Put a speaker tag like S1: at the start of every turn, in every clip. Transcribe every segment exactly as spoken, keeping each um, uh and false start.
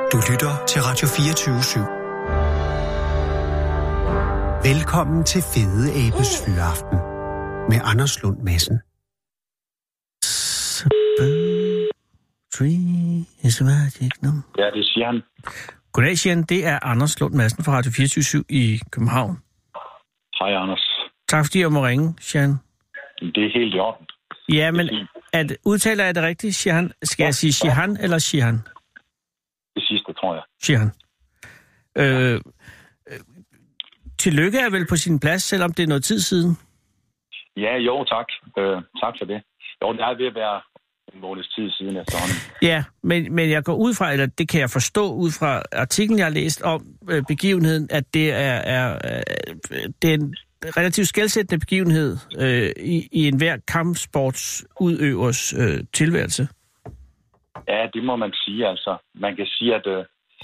S1: Du lytter til Radio fireogtyve syv. Velkommen til Fede Abes Fyraften med Anders Lund Madsen.
S2: Ja, det er Sian.
S3: Goddag, Sian. Det er Anders Lund Madsen fra Radio fireogtyve syv i København.
S2: Hej, Anders.
S3: Tak fordi jeg må ringe, Sian.
S2: Det er helt i orden.
S3: Ja, men at, udtaler jeg det rigtigt, Sian? Skal jeg sige Sihan eller Sihan?
S2: Det sidste, tror jeg.
S3: Sihan. Øh, øh, tillykke er vel på sin plads, selvom det er noget tid siden?
S2: Ja, jo, tak. Øh, tak for det. Jo, det er ved at være en måneds tid siden efterhånden.
S3: Ja, men, men jeg går ud fra, eller det kan jeg forstå ud fra artiklen, jeg har læst om øh, begivenheden, at det er, er, øh, det er en relativt skelsættende begivenhed øh, i, i enhver kampsportsudøvers øh, tilværelse.
S2: Ja, det må man sige. Altså, man kan sige, at øh,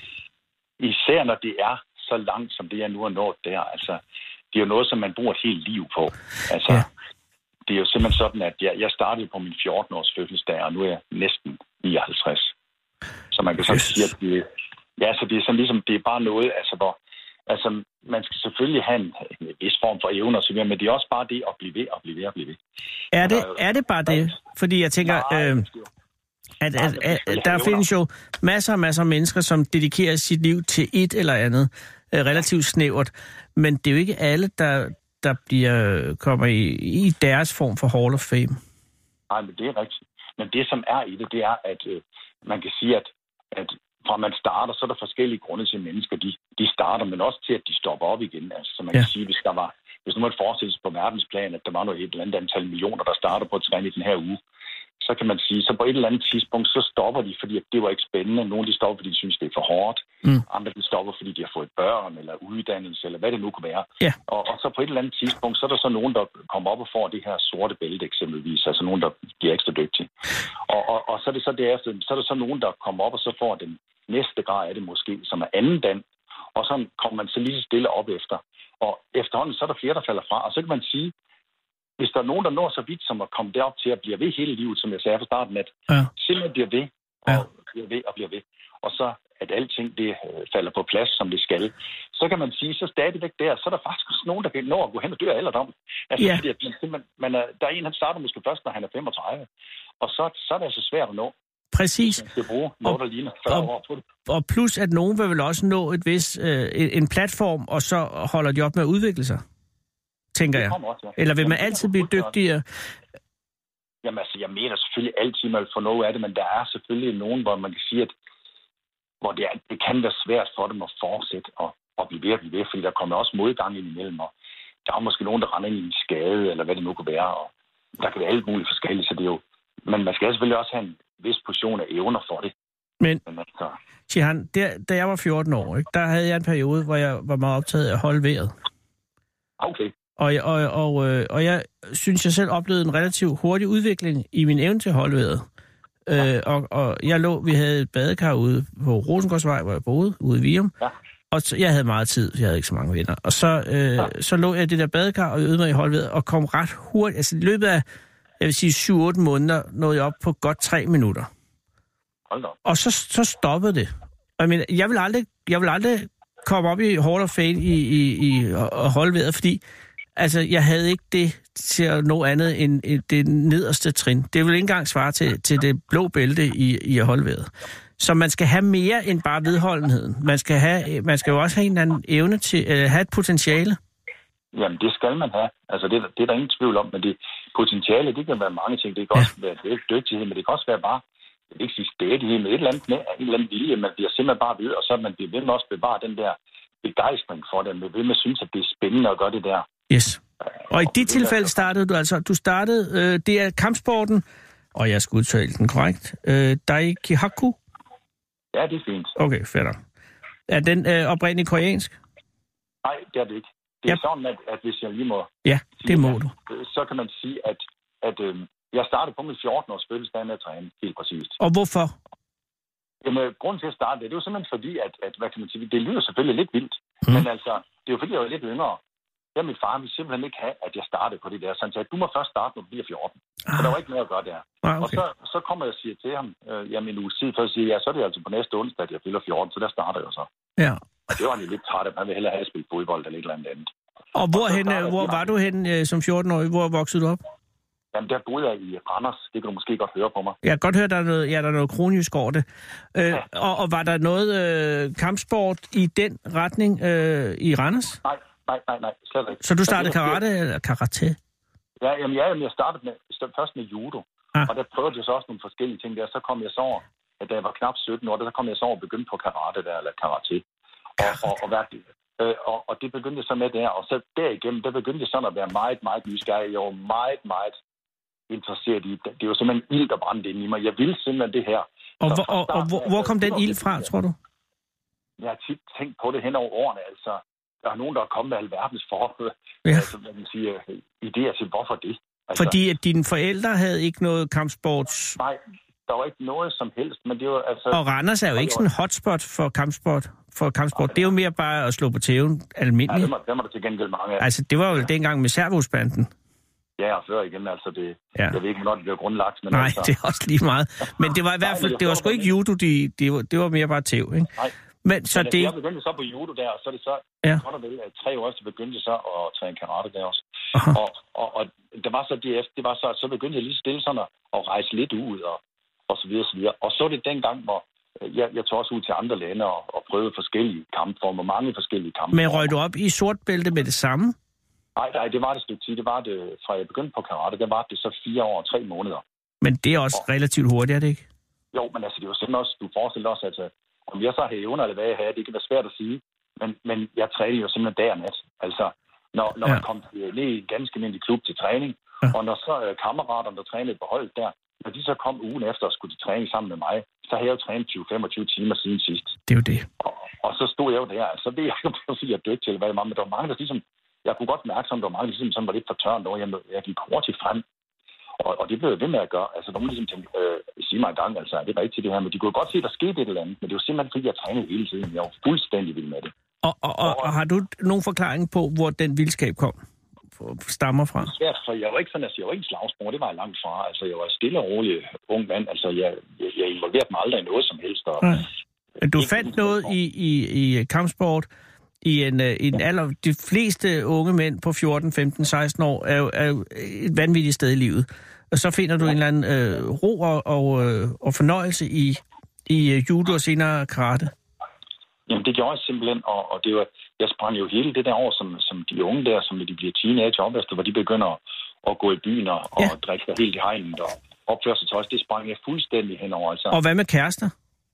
S2: især når det er så langt, som det jeg nu har nået der, altså, det er jo noget, som man bruger et helt liv på. Altså, ja. Det er jo simpelthen sådan, at jeg, jeg startede på min fjorten-års fødselsdag, og nu er jeg næsten nioghalvtreds. Så man kan sådan sige, at det, ja, så det er sådan ligesom, det er bare noget, altså, hvor altså, man skal selvfølgelig have en, en vis form for evne og så videre, men det er også bare det at blive ved, og blive ved, og blive ved.
S3: Er det, er det bare det? Fordi jeg tænker, nej, øh, at, at, at, at der findes jo masser og masser af mennesker, som dedikerer sit liv til et eller andet, øh, relativt snævert, men det er jo ikke alle, der, der bliver, kommer i, i deres form for Hall of Fame.
S2: Nej, men det er rigtigt. Men det, som er i det, det er, at øh, man kan sige, at, at fra man starter, så er der forskellige grunde til mennesker, de, de starter, men også til, at de stopper op igen. Altså, så man ja. kan sige, hvis der var, hvis nu man forestiller sig på verdensplan, at der var noget et eller andet antal millioner, der starter på at træne i den her uge, så kan man sige, så på et eller andet tidspunkt, så stopper de, fordi det var ikke spændende. Nogle de stopper, fordi de synes, det er for hårdt. Mm. Andre de stopper, fordi de har fået børn eller uddannelse, eller hvad det nu kunne være.
S3: Ja.
S2: Og, og så på et eller andet tidspunkt, så er der så nogen, der kommer op og får det her sorte bælte eksempelvis. Altså nogen, der bliver ekstra dygtige. Og, og, og så er det så derefter, så er der så nogen, der kommer op og så får den næste grad af det måske, som er anden dan. Og så kommer man så lige så stille op efter. Og efterhånden, så er der flere, der falder fra. Og så kan man sige, hvis der er nogen, der når så vidt, som at komme derop til at blive ved hele livet, som jeg sagde fra starten, at ja. simpelthen bliver ved, og ja. bliver ved, og bliver ved. Og så, at alting det falder på plads, som det skal. Så kan man sige, så stadigvæk der, så er der faktisk også nogen, der kan nå at gå hen og dø af alderdom. Altså, ja. fordi at man, man er, der er en, han starter måske først, når han er femogtredive. Og så, så er det altså svært at nå.
S3: Præcis.
S2: Man skal bruge noget, der ligner fyrre år på det.
S3: Og plus, at nogen vil vel også nå et vis, øh, en platform, og så holder de op med at udvikle sig, tænker jeg. Også, ja. Eller vil man altid blive dygtigere?
S2: Jamen altså, jeg mener selvfølgelig altid, man får noget af det, men der er selvfølgelig nogen, hvor man kan sige, at hvor det, er, det kan være svært for dem at fortsætte og, og blive ved at blive ved, fordi der kommer også modgang ind imellem, og der er måske nogen, der render ind i en skade, eller hvad det nu kunne være, og der kan være alt muligt forskelligt, så det er jo... Men man skal selvfølgelig også have en vis portion af evner for det.
S3: Men, Sihan, der, da jeg var fjorten år, ikke, der havde jeg en periode, hvor jeg var meget optaget af at holde vejret.
S2: Okay.
S3: Og, og, og, og jeg synes, jeg selv oplevede en relativt hurtig udvikling i min evne til at holde vejret. Ja. Øh, og, og jeg lå, vi havde et badekar ude på Rosengårdsvej, hvor jeg boede, ude i Virum. Ja. Og så, jeg havde meget tid, jeg havde ikke så mange venner. Og så, øh, ja. så lå jeg i det der badekar og øvede mig i holde vejret, og kom ret hurtigt, altså i løbet af, jeg vil sige, syv otte måneder, nåede jeg op på godt tre minutter.
S2: Hold da.
S3: Og så, så stoppede det. Jeg mener, jeg vil aldrig, jeg vil aldrig komme op i Hall of Fame i, i, i at holde vejret, fordi altså, jeg havde ikke det til at nå andet end det nederste trin. Det vil ikke engang svare til, til det blå bælte i, i at holde vejret. Så man skal have mere end bare vedholdenheden. Man skal, have, man skal jo også have en eller anden evne til at uh, have et potentiale. Jamen,
S2: det skal man have. Altså, det, det er der ingen tvivl om, men det potentiale, det kan være mange ting. Det kan ja. også være dygtighed, men det kan også være bare, jeg vil ikke sige stædighed, men et eller andet med, en eller anden vilje. Man bliver simpelthen bare ved, og så man bliver ved med også bevare den der begejstring for det. Man bliver ved med at synes, at det er spændende at gøre det der.
S3: Yes. Og i dit tilfælde startede du altså, du startede, øh, det er kampsporten, og jeg skal udtale den korrekt, øh, Daikihaku?
S2: Ja, det er fint.
S3: Okay, fedt. Er den øh, oprindeligt koreansk?
S2: Nej, det er det ikke. Det er ja. sådan, at, at hvis jeg lige må...
S3: Ja, det må du.
S2: Så kan man sige, at, at øh, jeg startede på min fjorten-års fødselsdag med at træne, helt præcist.
S3: Og hvorfor?
S2: Jamen, grunden til at starte det, det er jo simpelthen fordi, at, at hvad kan man sige, det lyder selvfølgelig lidt vildt, mm. men altså, det er jo fordi, jeg var lidt yngre. Ja, min far ville simpelthen ikke have, at jeg startede på det der. Så han sagde, du må først starte, når du bliver fjorten. Ah. Så der var ikke mere at gøre der.
S3: Ah, okay.
S2: Og så, så kommer jeg og siger til ham, øh, jamen en uge tid før, siger ja, så er det altså på næste onsdag, at jeg fylder fjorten, så der starter jeg så.
S3: Ja.
S2: Og det var han jo lidt træt af, man ville hellere have spillet fodbold eller et eller andet.
S3: Og hvor, og hen, hvor var du hen øh, som fjorten-årig? Hvor voksede du op?
S2: Jamen, der boede jeg i Randers. Det kan du måske godt høre på mig.
S3: Jeg kan godt høre, der er noget, ja, der er noget kronjysk over det. Øh, ja. og, og var der noget øh, kampsport i den retning øh, i Randers?
S2: Nej, nej, nej, nej, slet ikke.
S3: Så du startede karate eller karate?
S2: Ja, jamen, ja, jamen, jeg startede med, først med judo. Ah. Og der prøvede jeg så også nogle forskellige ting der. Så kom jeg så over, at da jeg var knap sytten år, der kom jeg så over og begyndte på karate der, eller karate. Og, og, og, og, øh, og, og det begyndte jeg så med der. Og så derigennem, der begyndte jeg sådan at være meget, meget nysgerrig. Jeg var meget, meget interesseret i det. Det var simpelthen ild, der brændte ind i mig. Jeg ville simpelthen det her.
S3: Og, hvor, og, og hvor, hvor kom den ild fra, tror du?
S2: Jeg har tit tænkt på det hen over årene. Altså, der er nogen, der er kommet med alverdens forhold.
S3: Ja.
S2: Altså, man kan sige, idéer til, hvorfor det? Altså,
S3: fordi at dine forældre havde ikke noget kampsports...
S2: Nej, der var ikke noget som helst, men det var altså...
S3: Og Randers er jo ikke sådan en hotspot for kampsport. For kampsport. Det er jo mere bare at slå på tæven almindeligt.
S2: Ja, dem er, dem er der til gengæld mange af.
S3: Altså, det var jo ja. dengang med servusbanden.
S2: Ja, og før igen, altså det...
S3: Ja.
S2: Jeg ved ikke, hvornår det blev grundlagt, men
S3: nej,
S2: altså...
S3: det er også lige meget. Men det var i hvert fald... Det var sgu ikke judo, de, de, det var mere bare tæv, ikke?
S2: Nej.
S3: Men så
S2: men,
S3: det...
S2: Jeg begyndte så på judo der, og så er det så...
S3: Ja.
S2: Godt og vel, tre år så begyndte jeg så at træne karate der også. Og, og, og det var så det efter, det var så... Så begyndte jeg lige stille sådan at, at rejse lidt ud, og, og så videre, og så videre. Og så er det dengang, hvor... Jeg, jeg tog også ud til andre lande og, og prøvede forskellige kampformer, mange forskellige kampformer.
S3: Men røg du op i sort bælte med det samme?
S2: Nej, nej, det var det et stykke tid. Det var det, fra jeg begyndte på karate, der var det så fire år og tre måneder.
S3: Men det er også og, relativt hurtigt, er det ikke?
S2: Jo, men altså, det var simpelthen også, du forestiller også, at om jeg så havde evner eller hvad jeg havde, det kan være svært at sige. Men, men jeg trænede jo simpelthen dag og nat. Altså, når, når ja. man kom ned i en ganske almindelig klub til træning, ja. og når så øh, kammeraterne, der trænede på holdet der, når de så kom ugen efter og skulle til træning sammen med mig, så havde jeg jo trænet tyve til femogtyve timer siden sidst.
S3: Det er jo det.
S2: Og, og så stod jeg jo der. Altså, det er jo fordi, jeg døde til, hvad jeg var. Men der var mange, der ligesom... Jeg kunne godt mærke, at der var mange, der ligesom sådan var lidt fortørnet over. Jeg, jeg gik hurtigt frem. Og, og det blev jeg ved med at gøre. Altså, nogen ligesom tænkte, øh, sige mig en gang, altså, er det rigtigt det her? Men de kunne godt se, at der skete et eller andet. Men det var simpelthen, fordi jeg trænede hele tiden. Jeg var fuldstændig vild med det.
S3: Og, og, og, og har du nogen forklaring på, hvor den vildskab kom? Stammer fra?
S2: Ja, for jeg var ikke sådan, altså, jeg var ikke slagsbror, det var jeg langt fra. Altså, jeg var stille og rolig ung mand. Altså, jeg, jeg, jeg involverede mig aldrig i noget som helst. Og,
S3: ja. Du fandt noget i, i, i kampsport i en, i en alder... De fleste unge mænd på fjorten, femten, seksten år er jo, er jo et vanvittigt sted i livet. Og så finder du ja. en eller anden øh, ro og, og, og fornøjelse i, i judo og senere karate.
S2: Jamen, det gjorde jeg simpelthen, og, og det var, jeg sprang jo hele det der år, som, som de unge der, som de bliver teenager op efter, hvor de begynder at, at gå i byen og, ja. og drikke sig helt i hegnet og opføre sig til os. Det sprang jeg fuldstændig henover. Altså.
S3: Og hvad med kærester?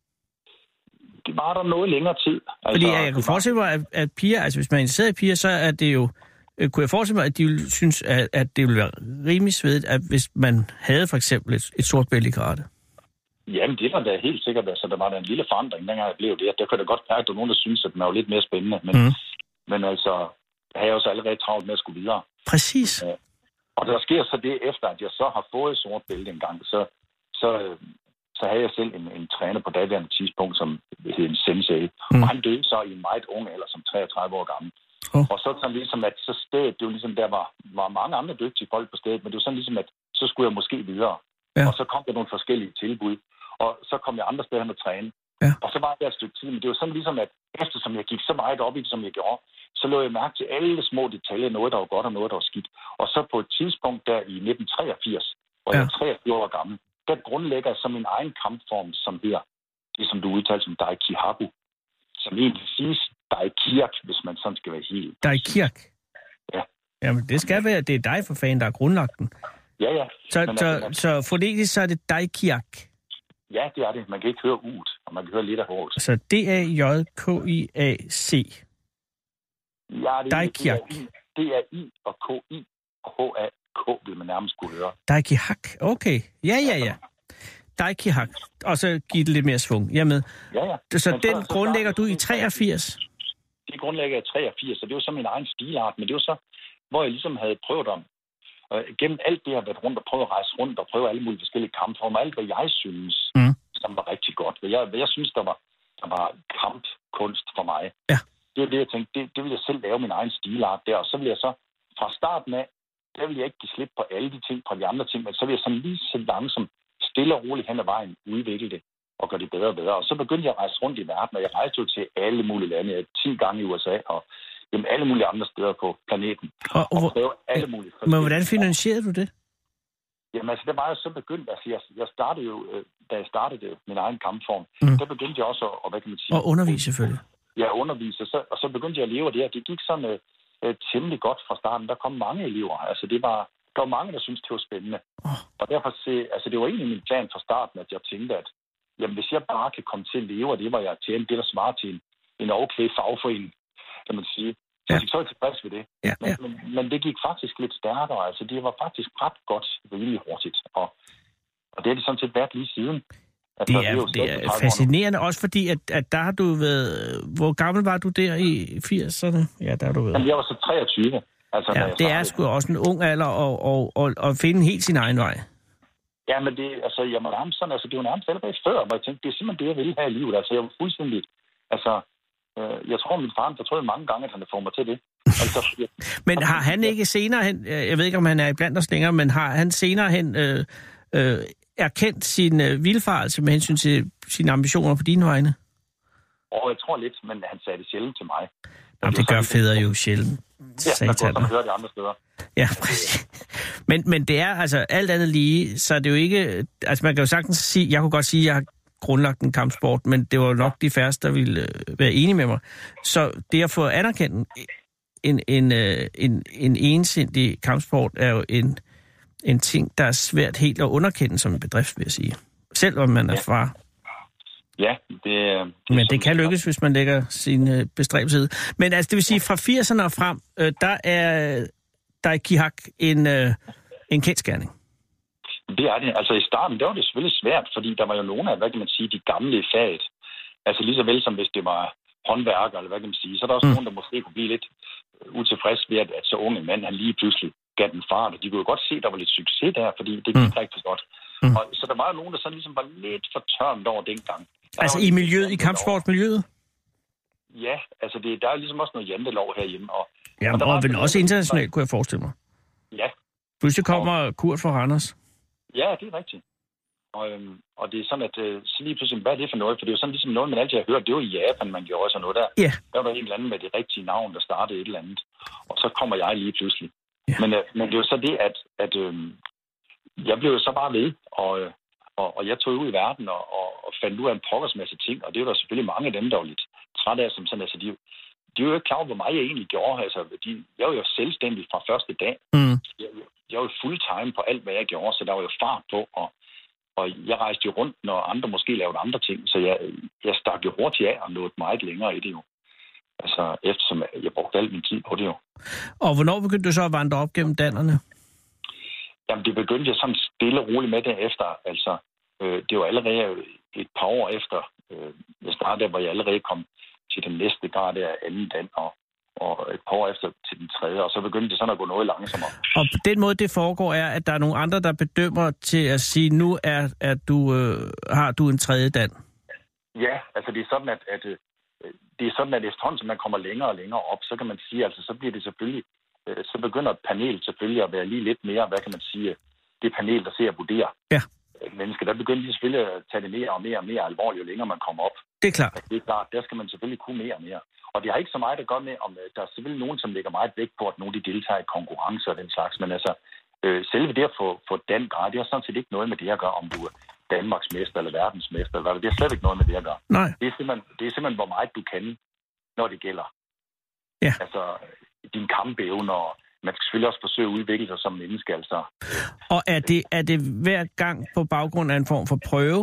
S2: Det var der noget længere tid. Altså,
S3: fordi jeg kan forestille mig, at, at piger, altså hvis man er interesseret i piger, så er det jo, øh, kunne jeg forestille mig, at de ville synes, at, at det ville være rimelig svedigt, at hvis man havde for eksempel et, et sort bælte i karate.
S2: Jamen, det var da helt sikkert, altså der var der en lille forandring, dengang jeg blev det. Der kunne jeg da godt mærke, at der var nogen, der synes, at den var lidt mere spændende. Men, mm. men altså, jeg havde jo så allerede travlt med at skulle videre.
S3: Præcis.
S2: Ja. Og der sker så det, efter at jeg så har fået sort bælte en gang, så, så, så havde jeg selv en, en træner på daværende tidspunkt, som hed en sensei. Mm. Og han døde så i en meget ung alder, som treogtredive år gammel. Oh. Og så sådan ligesom, at så stedet, det var ligesom, der var, var mange andre dygtige folk på stedet, men det var sådan ligesom, at så skulle jeg måske videre. Ja. Og så kom der nogle forskellige tilbud. Og så kom jeg andre steder hen og træne. Ja. Og så var det et stykke tid. Men det var sådan ligesom, at eftersom jeg gik så meget op i det, som jeg gjorde, så lå jeg mærke til alle små detaljer. Noget, der var godt, og noget, der var skidt. Og så på et tidspunkt der i nitten treogfirs, hvor ja. jeg er treogfirs år gammel, der grundlægger jeg så min egen kampform, som her. Det som du udtalte som Daikihaku. Som egentlig siges Daikirk, hvis man sådan skal være helt...
S3: Daikirk?
S2: Ja.
S3: Jamen, det skal være, det er dig for fanden, der har grundlagt den.
S2: Ja, ja.
S3: Så, så, altså, så fonetisk, så er det Daikirk?
S2: Ja, det er det. Man kan ikke høre ud, og man kan høre lidt af hårdt.
S3: Så D A J K I A C.
S2: Ja, det er
S3: Daikirk.
S2: D A I og K I og H A K vil man nærmest kunne høre.
S3: Daikihak, okay. Ja, ja, ja. Daikihak. Og så giver det lidt mere svung. Jeg med.
S2: Ja, ja.
S3: Så Men den så, grundlægger du i treogfirs?
S2: Det grundlægger jeg i treogfirs, og det var så min egen stilart. Men det var så, hvor jeg ligesom havde prøvet om. Og gennem alt det, jeg har været rundt og prøvet at rejse rundt og prøve alle mulige forskellige kampformer, alt hvad jeg synes, mm. som var rigtig godt. Hvad jeg, hvad jeg synes, der var, der var kampkunst for mig,
S3: ja.
S2: det er det, jeg tænkte, det, det vil jeg selv lave min egen stilart der, og så vil jeg så fra starten af, der vil jeg ikke give slip på alle de ting, på de andre ting, men så vil jeg sådan lige så langsomt, stille og roligt hen ad vejen, udvikle det og gøre det bedre og bedre. Og så begyndte jeg at rejse rundt i verden, og jeg rejste jo til alle mulige lande. Jeg ti gange i U S A og jamen, alle mulige andre steder på planeten.
S3: Og, og, og
S2: prøve alle mulige.
S3: Men hvordan finansierede du det?
S2: Jamen altså, det var jo så begyndt. Altså, jeg, jeg startede jo, da jeg startede min egen kampform,
S3: mm.
S2: der begyndte jeg også at, hvad kan man sige?
S3: Og undervise selvfølgelig.
S2: Ja, undervise. Så, og så begyndte jeg at leve af det, og det gik sådan uh, temmelig godt fra starten. Der kom mange elever. Altså, det var, der var mange, der syntes, det var spændende.
S3: Oh.
S2: Og derfor, altså, det var egentlig min plan fra starten, at jeg tænkte, at jamen, hvis jeg bare kan komme til at leve af det, hvor jeg tjente det, der svarer til en, en okay fagforening, kan man sige, så ja. Jeg er tilfreds ved det.
S3: Ja, ja.
S2: Men, men, men det gik faktisk lidt stærkere. Altså, det var faktisk ret godt, rimelig hurtigt. Og, og det har det sådan set været lige siden. Altså,
S3: det er, det er, det er fascinerende, også fordi, at, at der har du været... Hvor gammel var du der i firserne? Ja, der har du været.
S2: Jamen, jeg var så treogtyve. Altså,
S3: ja, det er sgu også en ung alder at, og, og, og finde helt sin egen vej.
S2: Ja, men det, altså, jeg må nærmest sådan, altså, det var nærmest allerede før, hvor jeg tænkte, det er simpelthen det, jeg ville have i livet. Altså, jeg var fuldstændig... Altså, jeg tror, min far fortrød mange gange, at han havde fået mig til det. Altså, jeg,
S3: men har han ikke senere hen, jeg ved ikke, om han er iblandt os længere, men har han senere hen øh, øh, erkendt sin øh, vildfarelse med hensyn til sine ambitioner på dine vegne?
S2: Og jeg tror lidt, men han sagde det sjældent til mig.
S3: Jamen, det, det gør fædre jo sjældent.
S2: Ja, der går som hører de andre steder.
S3: Ja, præcis. Men, men det er altså alt andet lige, så er det jo ikke... Altså, man kan jo sagtens sige... Jeg kunne godt sige, at jeg har grundlagt en kampsport, men det var jo nok de færreste, der ville øh, være enige med mig. Så det at få anerkendt en, en, øh, en, en ensindig kampsport er jo en, en ting, der er svært helt at underkende som en bedrift, vil jeg sige. Selvom man er
S2: ja.
S3: far.
S2: Ja, det, det
S3: Men det kan lykkes, hvis man lægger sin øh, bestræbelse. Men altså, det vil sige, fra firserne og frem, øh, der er der er Kihak en, øh, en kendsgerning.
S2: Det er det. Altså i starten, der var det selvfølgelig svært, fordi der var jo nogle af, hvad kan man sige, de gamle i faget. Altså lige så vel som hvis det var håndværker, eller hvad kan man sige, så er der også mm. nogen, der måske kunne blive lidt utilfreds ved, at, at så unge mand, han lige pludselig gav den fart. Og de kunne jo godt se, at der var lidt succes der, fordi det gik mm. rigtig godt. Mm. Og, så der var jo nogen, der sådan ligesom var lidt fortørnet over dengang. Der
S3: altså i miljøet, i kampsportsmiljøet?
S2: Ja, altså det, der er ligesom også noget jantelov herhjemme. Og,
S3: ja, og, og vel også internationalt, kunne jeg forestille mig.
S2: Ja.
S3: Pludselig kommer og, Kurt fra Randers.
S2: Ja, det er rigtigt. Og, øhm, og det er sådan, at øh, så lige pludselig, hvad er det for noget? For det er jo sådan ligesom noget, man altid har hørt. Det var i Japan, man gjorde sådan noget der.
S3: Yeah.
S2: Der var der en eller anden med det rigtige navn, der startede et eller andet. Og så kommer jeg lige pludselig. Yeah. Men, øh, men det er jo så det, at, at øh, jeg blev jo så bare ved, og, øh, og, og jeg tog ud i verden og, og, og fandt ud af en pokkers masse ting. Og det var der selvfølgelig mange af dem, der var lidt trætte af, som sådan, altså de, de var jo ikke klar over, hvor meget jeg egentlig gjorde. Altså, de, jeg var jo selvstændig fra første dag.
S3: Mm.
S2: Jeg, jeg var jo fulltime på alt, hvad jeg gjorde, så der var jo fart på, og, og jeg rejste jo rundt, når andre måske lavede andre ting, så jeg, jeg stak jo hurtigt af og nåede meget længere i det jo. Altså, eftersom jeg brugte al min tid på det jo.
S3: Og hvornår begyndte du så at vandre op gennem dannerne?
S2: Jamen, det begyndte jeg sådan stille og roligt med derefter. Altså, øh, det var allerede et par år efter, øh, jeg startede, hvor jeg allerede kom til den næste grad der anden dan, og og et par år efter til den tredje, og så begyndte det sådan at gå noget langsommere. Og
S3: på den måde, det foregår, er, at der er nogle andre, der bedømmer til at sige, nu er, er du, øh, har du en tredje dan?
S2: Ja, altså det er sådan, at, at det er sådan, at efterhånden, som man kommer længere og længere op, så kan man sige, altså så bliver det selvfølgelig, øh, så begynder et panel selvfølgelig at være lige lidt mere, hvad kan man sige, det panel, der ser og vurderer.
S3: Ja.
S2: Mennesker, der begynder de selvfølgelig at tage det mere og mere og mere alvorligt, jo længere man kommer op.
S3: Det er klart.
S2: Det er klart, der skal man selvfølgelig kunne mere og mere. Og det har ikke så meget at gøre med, om der er selvfølgelig nogen, som lægger meget vægt på, at nogen de deltager i konkurrencer og den slags. Men altså, øh, selve det at få, få den grad, det har sådan set ikke noget med det at gøre, om du er Danmarks mester eller verdensmester, eller hvad. Det har slet ikke noget med det at gøre.
S3: Nej.
S2: Det er simpelthen, det er simpelthen hvor meget du kan, når det gælder.
S3: Ja.
S2: Altså, din kampevne, og man skal selvfølgelig også forsøge at udvikle sig som menneske, altså.
S3: Og er det, er det hver gang på baggrund af en form for prøve?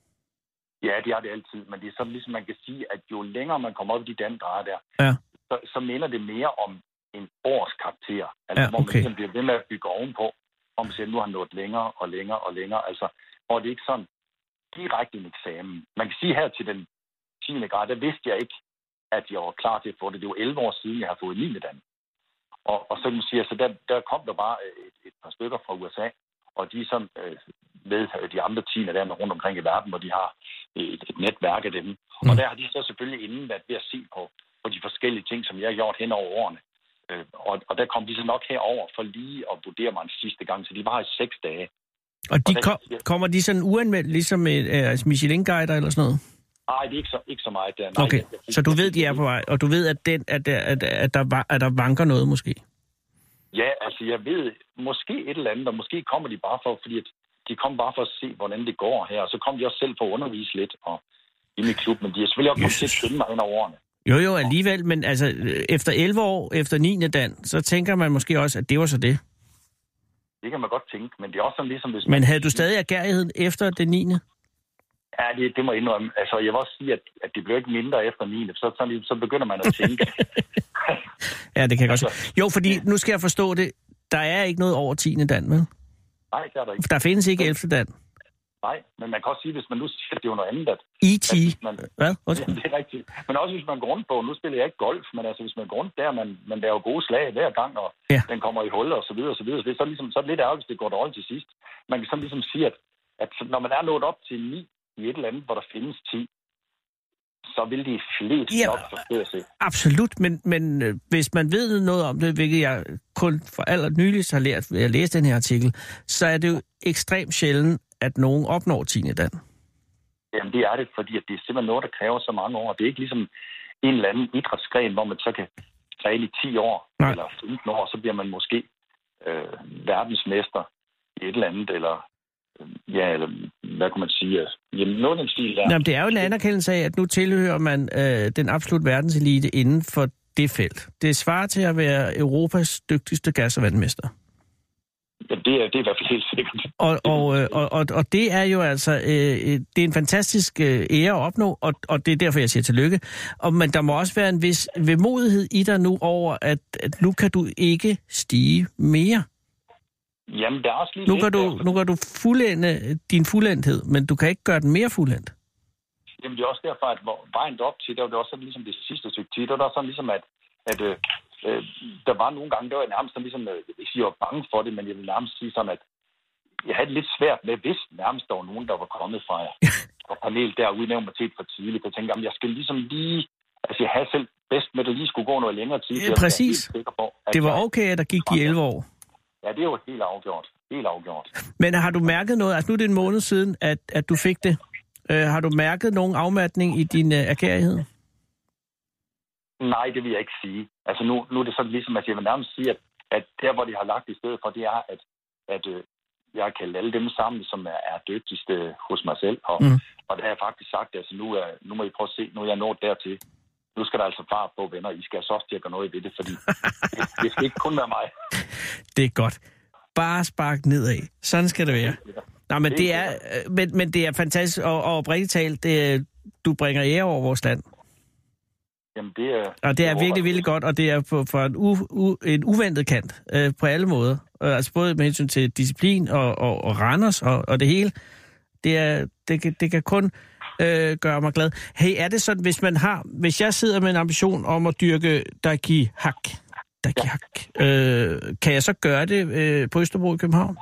S2: Ja, det er det altid, men det er sådan ligesom man kan sige, at jo længere man kommer op i de den grad der,
S3: ja.
S2: så, så minder det mere om en års karakter. Altså,
S3: ja, okay.
S2: Hvor man ligesom bliver ved med at bygge ovenpå, om man siger, at nu har nået længere og længere og længere. Altså, og det er ikke sådan direkte en eksamen. Man kan sige her til den tiende grad, der vidste jeg ikke, at jeg var klar til at få det. Det var elleve år siden, jeg har fået niende dan. Og, og så kan man sige, altså, der, der kom der bare et, et par stykker fra U S A, og de er sådan øh, ved de andre tiende der rundt omkring i verden, hvor de har et, et netværk af dem. Mm. Og der har de så selvfølgelig inden været ved at se på, på de forskellige ting, som jeg har gjort hen over årene. Øh, og, og der kom de så nok herover for lige at vurdere mig en sidste gang, så de var i seks dage.
S3: Og de
S2: og der,
S3: kom, kommer de sådan uanmeldt, ligesom et uh, Michelin-guider eller sådan noget?
S2: Nej, det er ikke så, ikke så meget der. Nej,
S3: okay,
S2: jeg, jeg,
S3: så du ved, de er på vej, og du ved, at, den, at, der, at, at, der, at der vanker noget måske?
S2: Ja, altså jeg ved måske et eller andet, og måske kommer de bare for, fordi at de kommer bare for at se, hvordan det går her, og så kommer de også selv for at undervise lidt og i min klub, men de er selvfølgelig også kommet til at kende mig ind over årene.
S3: Jo, jo, alligevel, men altså efter elleve år, efter niende dan, så tænker man måske også, at det var så det.
S2: Det kan man godt tænke, men det er også sådan ligesom... Hvis man...
S3: Men havde du stadig agerigheden efter det niende?
S2: Ja, det, det må jeg indrømme. Altså, jeg vil også sige, at, at det bliver ikke mindre efter niende, så, så, så begynder man at tænke.
S3: Ja, det kan jeg godt sige. Jo, fordi nu skal jeg forstå det, der er ikke noget over tiende dan, vel?
S2: Nej, det er der ikke.
S3: Der findes ikke ellevte dan.
S2: Nej, men man kan også sige, hvis man nu siger, at det er jo noget andet, at...
S3: E T
S2: Man,
S3: Hvad?
S2: Ja, det er rigtigt. Men også hvis man går rundt på, nu spiller jeg ikke golf, men altså hvis man går rundt der, man, man laver gode slag hver gang, og
S3: ja.
S2: Den kommer i huller og så videre og så videre. Så det er så, ligesom, så er det lidt ærgerligt, hvis det går dårligt til sidst. Man kan sådan ligesom sige, at, at når man er nået op til ni i et eller andet, hvor der findes ti, så vil de flest
S3: ja,
S2: nok forstå at se.
S3: Absolut, men, men øh, hvis man ved noget om det, hvilket jeg kun for aller nyligst har lært ved at læse den her artikel, så er det jo ekstremt sjældent, at nogen opnår tiende dan.
S2: Jamen det er det, fordi at det er simpelthen noget, der kræver så mange år. Det er ikke ligesom en eller anden idrætsgren, hvor man så kan træne i ti år Nej. Eller femten år, så bliver man måske øh, verdensmester i et eller andet, eller øh, ja, eller hvad kan man sige? Jamen noget af den stil der.
S3: Jamen, det er jo en anerkendelse af, at nu tilhører man øh, den absolut verdenselite inden for det felt. Det svarer til at være Europas dygtigste gas- og vandmester.
S2: Ja, det er, det er i hvert fald helt sikkert.
S3: Og, og, og, og, og det er jo altså øh, det er en fantastisk øh, ære at opnå, og, og det er derfor, jeg siger tillykke. Og, men der må også være en vis vemodighed i dig nu over, at, at nu kan du ikke stige mere.
S2: Jamen, der er også lige
S3: nu kan, du, nu kan du fuldende din fuldendthed, men du kan ikke gøre den mere fuldendt.
S2: Jamen, det er også derfor, at vejen op til, der var det også sådan, ligesom det sidste stykke tid, der var sådan ligesom, at, at øh, øh, der var nogle gange, der var jeg nærmest sådan ligesom, jeg vil ikke sige, jeg var bange for det, men jeg vil nærmest sige sådan, at jeg havde det lidt svært med, hvis nærmest der var nogen, der var kommet fra, fra panel der, udnævnt mig til for tidligt. Jeg tænkte, jamen, jeg skal ligesom lige, altså jeg havde selv bedst med, at det lige skulle gå noget længere tid.
S3: Ja, præcis. På, det var okay, at der gik de elleve år.
S2: Ja, det er jo helt afgjort. Helt afgjort.
S3: Men har du mærket noget, altså nu er det en måned siden, at, at du fik det. Uh, har du mærket nogen afmatning i din uh, erkærighed?
S2: Nej, det vil jeg ikke sige. Altså nu, nu er det sådan ligesom, at jeg vil nærmest sige, at, at der, hvor de har lagt i stedet for, det er, at, at uh, jeg har kaldt alle dem sammen, som er, er dygtigste hos mig selv. Og, mm. og det har jeg faktisk sagt, altså nu, er, nu må I prøve at se, nu er jeg nået dertil. Nu skal der altså far på, venner. I skal så også til at gøre noget ved det, fordi det, det skal ikke kun være mig.
S3: Det er godt. Bare spark nedad. Sådan skal det være. Nej, men det er, men, men det er fantastisk, og, og oprigtigt talt, det, du bringer ære over vores land.
S2: Jamen, det er...
S3: Og det er virkelig, virkelig godt, og det er på, for en, u, u, en uventet kant øh, på alle måder. Øh, altså både med hensyn til disciplin og, og, og Randers og, og det hele. Det, er, det, kan, det kan kun øh, gøre mig glad. Hey, er det sådan, hvis man har, hvis jeg sidder med en ambition om at dyrke Daki Hak, Daki Hak, øh, kan jeg så gøre det øh, på Østerbro i København?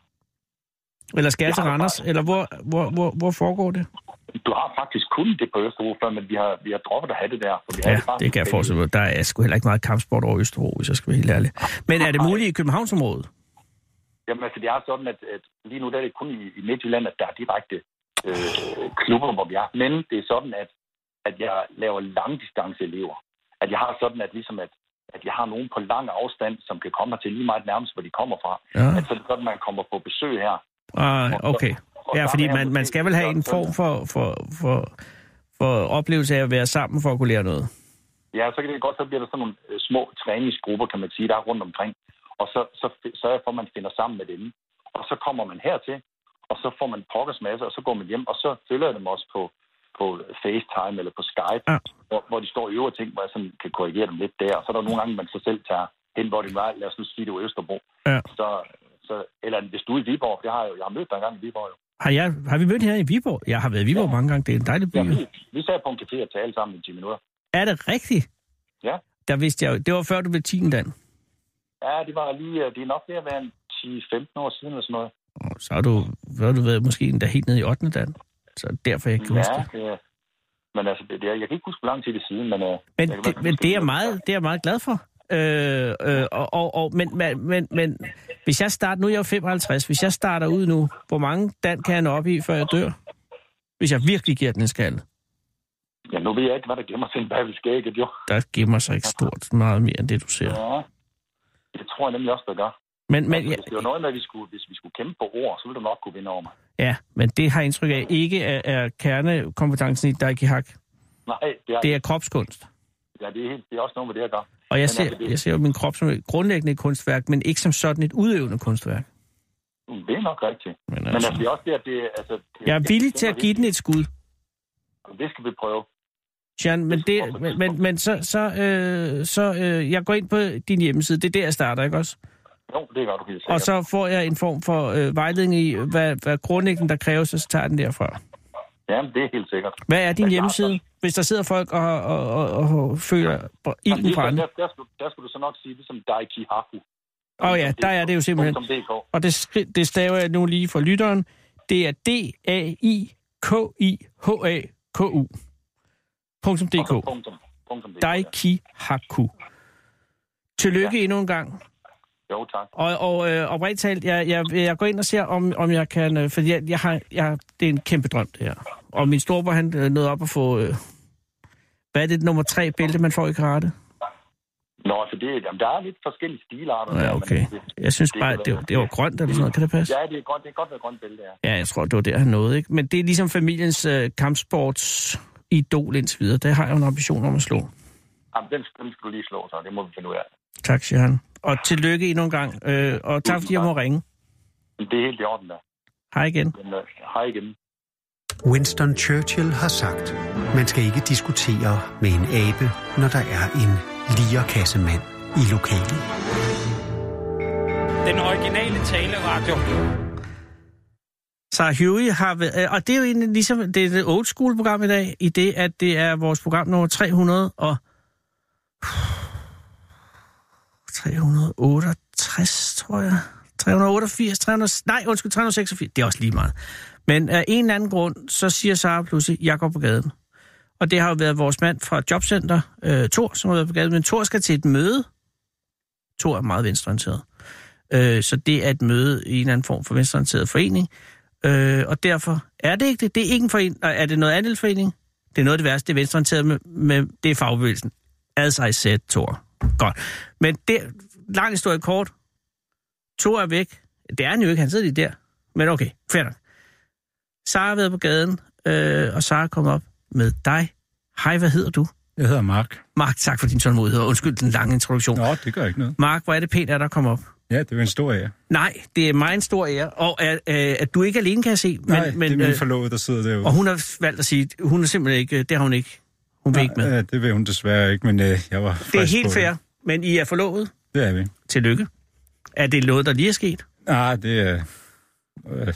S3: Eller skal jeg til Randers? Eller hvor, hvor, hvor, hvor foregår det?
S2: Du har faktisk kun det på Østerbro før, men vi har, vi har droppet at have det der. For vi
S3: ja,
S2: det,
S3: det kan jeg forestille mig. Der er sgu heller ikke meget kampsport over Østerbro, hvis jeg skal være helt ærlig. Men er det muligt i Københavnsområdet?
S2: Jamen altså, det er sådan, at, at lige nu der er det kun i, i Midtjylland, at der er direkte øh, klubber, hvor vi er. Men det er sådan, at, at jeg laver langdistance elever. At jeg har sådan, at ligesom at, at jeg har nogen på lang afstand, som kan komme her til lige meget nærmest, hvor de kommer fra. Ja. At så er det sådan, at man kommer på besøg her.
S3: Ah, okay. Ja, fordi man, man skal vel have en form for, for, for, for oplevelse af at være sammen for at kunne lære noget.
S2: Ja, så kan det godt, så bliver der sådan nogle små træningsgrupper, kan man sige, der er rundt omkring. Og så, så sørger jeg for, at man finder sammen med dem. Og så kommer man hertil, og så får man pokkers masse, og så går man hjem, og så følger jeg dem også på, på FaceTime eller på Skype, ja. hvor, hvor de står i øvrigt ting, hvor jeg sådan kan korrigere dem lidt der. Og så er der nogle gange, man så selv tager hen, hvor det var, lad os nu sige, det var Østerbro. Ja. Så, så, eller hvis du er i Viborg, det har jeg jo, jeg har mødt dig en gang i Viborg jo.
S3: Har, jeg, har vi mødt her i Viborg? Jeg har været i Viborg ja. mange gange, det er en dejlig by.
S2: Ja, vi, vi sad på en café og talte sammen i ti minutter.
S3: Er det rigtigt?
S2: Ja.
S3: Der vidste jeg jo, det var før du blev tiende dan.
S2: Ja, det var lige, det er nok ved at være en ti til femten år siden eller sådan noget.
S3: Så har du, så har du været måske endda helt nede i ottende dan. Så derfor jeg ikke
S2: ja,
S3: huske det.
S2: Ja, Men altså, det, det er, jeg kan ikke huske, hvor lang tid det er siden, men... Uh,
S3: men det, men det, er meget, det er jeg meget glad for. Øh, øh, og, og, og, men, men, men hvis jeg starter... Nu er jeg jo femoghalvtreds. Hvis jeg starter ud nu, hvor mange dan kan jeg nå op i, før jeg dør? Hvis jeg virkelig giver den en skalle.
S2: Ja, nu ved jeg ikke, hvad der gemmer sig bag ved skægget, jo.
S3: Der gemmer sig ikke stort meget mere, end det, du ser.
S2: Ja, det tror jeg nemlig også, der gør.
S3: Men, men,
S2: altså,
S3: ja,
S2: hvis det var noget med, at vi skulle, hvis vi skulle kæmpe på ord, så ville du nok kunne vinde over mig.
S3: Ja, men det har indtryk af ikke er, er kernekompetencen i Daikihak.
S2: Nej, det er...
S3: Det er kropskunst.
S2: Ja, det er, helt, det er også noget med det, jeg gør.
S3: Og jeg
S2: men
S3: ser,
S2: altså, det...
S3: jeg ser jo min krop som et grundlæggende kunstværk, men ikke som sådan et udøvende kunstværk.
S2: Det er nok rigtigt. Men altså, men altså det er også det, at det... Altså, det,
S3: jeg er villig
S2: det,
S3: til at give den et skud.
S2: Det skal vi prøve.
S3: Jan, men, det, men, men, men så, så, øh, så øh, jeg går ind på din hjemmeside. Det er der, jeg starter, ikke også?
S2: Jo, det gør du helt sikkert.
S3: Og så får jeg en form for øh, vejledning i, hvad, hvad grundlæggende der kræves, og så tager den derfra.
S2: Jamen, det er helt sikkert.
S3: Hvad er din hjemmeside, hvis der sidder folk og, og, og, og føler ilden brænde?
S2: Der, der, skulle, der skulle du så nok sige, ligesom Daikihaku.
S3: Åh oh ja, der er det jo simpelthen. Og det, det staver jeg nu lige for lytteren. Det er D A I K I H A K U. Punktum D K. Daikihaku. Tillykke ja. endnu en gang.
S2: Jo, tak.
S3: Og, og øh, oprigtigt talt, jeg, jeg, jeg går ind og ser, om, om jeg kan... Øh, for jeg, jeg har, jeg, det er en kæmpe drøm, det her. Og min storebror, han øh, nåede op at få... Øh, hvad er det nummer tre bælte, man får i karate?
S2: Nå, altså det, jamen, der er lidt forskellige stilarter.
S3: Ja, okay.
S2: Det,
S3: jeg synes det, bare, det, det, det var grønt eller sådan noget. Kan det passe?
S2: Ja, det er godt, det er godt med grønt bælte, ja.
S3: Ja, jeg tror, det var der, han nåede, ikke? Men det er ligesom familiens øh, kampsports idol indtil videre. Der har jeg jo en ambition om at slå.
S2: Jamen, den, den skal du lige slå, så det må vi finde ud af.
S3: Tak, siger han. Og tillykke endnu en gang. Øh, og tak, fordi jeg må ringe.
S2: Det er helt i orden, der.
S3: Hej igen.
S2: Men, uh, hej igen.
S1: Winston Churchill har sagt, man skal ikke diskutere med en abe, når der er en lierkassemand i lokalet.
S4: Den originale taleradio.
S3: Sarah Huey har været, og det er jo egentlig ligesom, det er det old school program i dag, i det, at det er vores program nummer tre hundrede og tre hundrede og otteogtres, tror jeg. tre hundrede og otteogfirs, tre hundrede, nej, undskyld, tre hundrede og seksogfirs, det er også lige meget. Men af en eller anden grund, så siger Sarah pludselig, jeg går på gaden. Og det har jo været vores mand fra Jobcenter, øh, Thor, som har været på gaden. Men Thor skal til et møde. Thor er meget venstreorienteret. Øh, så det er et møde i en eller anden form for venstreorienteret forening. Øh, og derfor er det ikke det. Det er ikke en forening. Er det noget andelsforening? Det er noget af det værste. Det er venstreorienteret med, med det er fagbevægelsen. As I said, Thor. Godt. Men det, lang historie kort. Thor er væk. Det er han jo ikke. Han sidder lige der. Men okay, fair nok. Sarah har været på gaden, øh, og Sarah kom op med dig. Hej, hvad hedder du?
S5: Jeg hedder Mark.
S3: Mark, tak for din tålmodighed. Undskyld den lange introduktion.
S5: Nå, det gør ikke noget.
S3: Mark, hvor er det pænt, at der kommer op?
S5: Ja, det er en stor ære.
S3: Nej, det er mig en stor ære. Og at, at du ikke alene, kan jeg se. Men,
S5: Nej,
S3: men,
S5: det er min forlovede, der sidder derude.
S3: Og hun har valgt at sige, hun er simpelthen ikke, det har hun ikke. Hun vil
S5: Nej,
S3: ikke med.
S5: Ja, det vil hun desværre ikke, men øh, jeg var frisk.
S3: Det er helt
S5: på
S3: fair,
S5: det.
S3: men I er forlovet.
S5: Det er vi.
S3: Tillykke. Er det noget, der lige er sket?
S5: Nej, det er... Øh,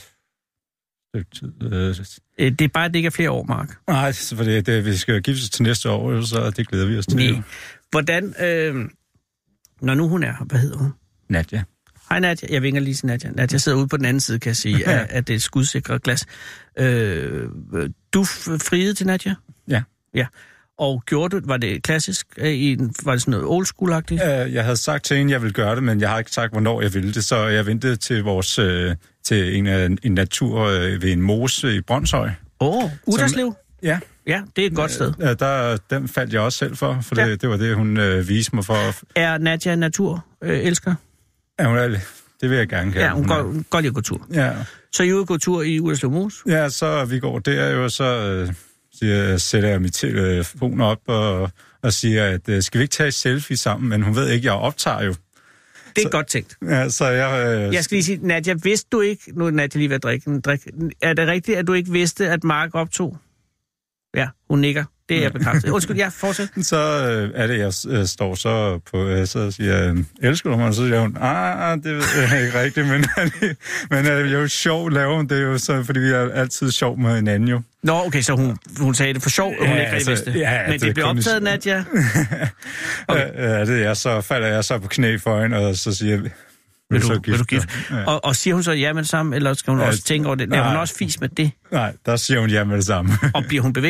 S3: øh, det er bare, at det ikke er flere år, Mark.
S5: Nej, for det, det, vi skal giftes til næste år, så det glæder vi os til.
S3: Nej. Hvordan, øh, når nu hun er her, hvad hedder hun?
S5: Nadja.
S3: Hej Nadja, jeg vinker lige til Nadja. Nadja sidder ude på den anden side, kan jeg sige, af, af det skudsikre glas. Øh, du friede til Nadja?
S5: Ja.
S3: Ja. Og gjorde du, var det klassisk? I en, var det sådan noget old school-agtigt?
S5: Uh, jeg havde sagt til hende, at jeg ville gøre det, men jeg har ikke sagt, hvornår jeg ville det, så jeg ventede til vores uh, til en, uh, en natur uh, ved en mose i Brønshøj.
S3: Åh, oh, Uderslev?
S5: Ja.
S3: Ja, det er et godt sted.
S5: Ja, der, den faldt jeg også selv for, for
S3: ja.
S5: det, det var det, hun uh, viste mig for.
S3: Er Nadja natur øh, elsker?
S5: Ja, hun er, det vil jeg gerne have.
S3: Ja, hun, hun går, hun går lige at gå tur.
S5: Ja.
S3: Så I er ude at gå tur i Uderslev Mose?
S5: Ja, så vi går der jo, så uh, siger, sætter jeg mit telefon op og, og siger, at uh, skal vi ikke tage et selfie sammen? Men hun ved ikke, jeg optager jo.
S3: Det er
S5: så,
S3: godt tænkt.
S5: Ja, så jeg... Øh,
S3: jeg skal lige sige, Nadja, vidste du ikke... Nu er Nadja lige ved at drikke, drikke. Er det rigtigt, at du ikke vidste, at Mark optog? Ja, hun nikker. Det er jeg bekræftet. Undskyld, ja, fortsæt.
S5: Så øh, er det, jeg øh, står så på... Øh, så siger jeg, elsker du mig? Og så siger hun, ah, det ved jeg ikke rigtigt, men, men øh, det er jo sjovt, laver hun det jo, så, fordi vi er altid sjov med hinanden jo.
S3: Nå, okay, så hun, hun sagde det for sjov, og hun
S5: ja,
S3: ikke rigtig
S5: altså,
S3: vidste.
S5: Ja,
S3: men det, det blev optaget, en... Nadja?
S5: Okay. Ja, det er så falder jeg så på knæ for hende, og så siger jeg,
S3: vil du, vil du gifte? Ja. Og, og siger hun så ja med det samme, eller skal hun ja, også tænke over det? Er hun også fis med det?
S5: Nej, der siger hun ja med det samme.
S3: Og bliver hun bevæget?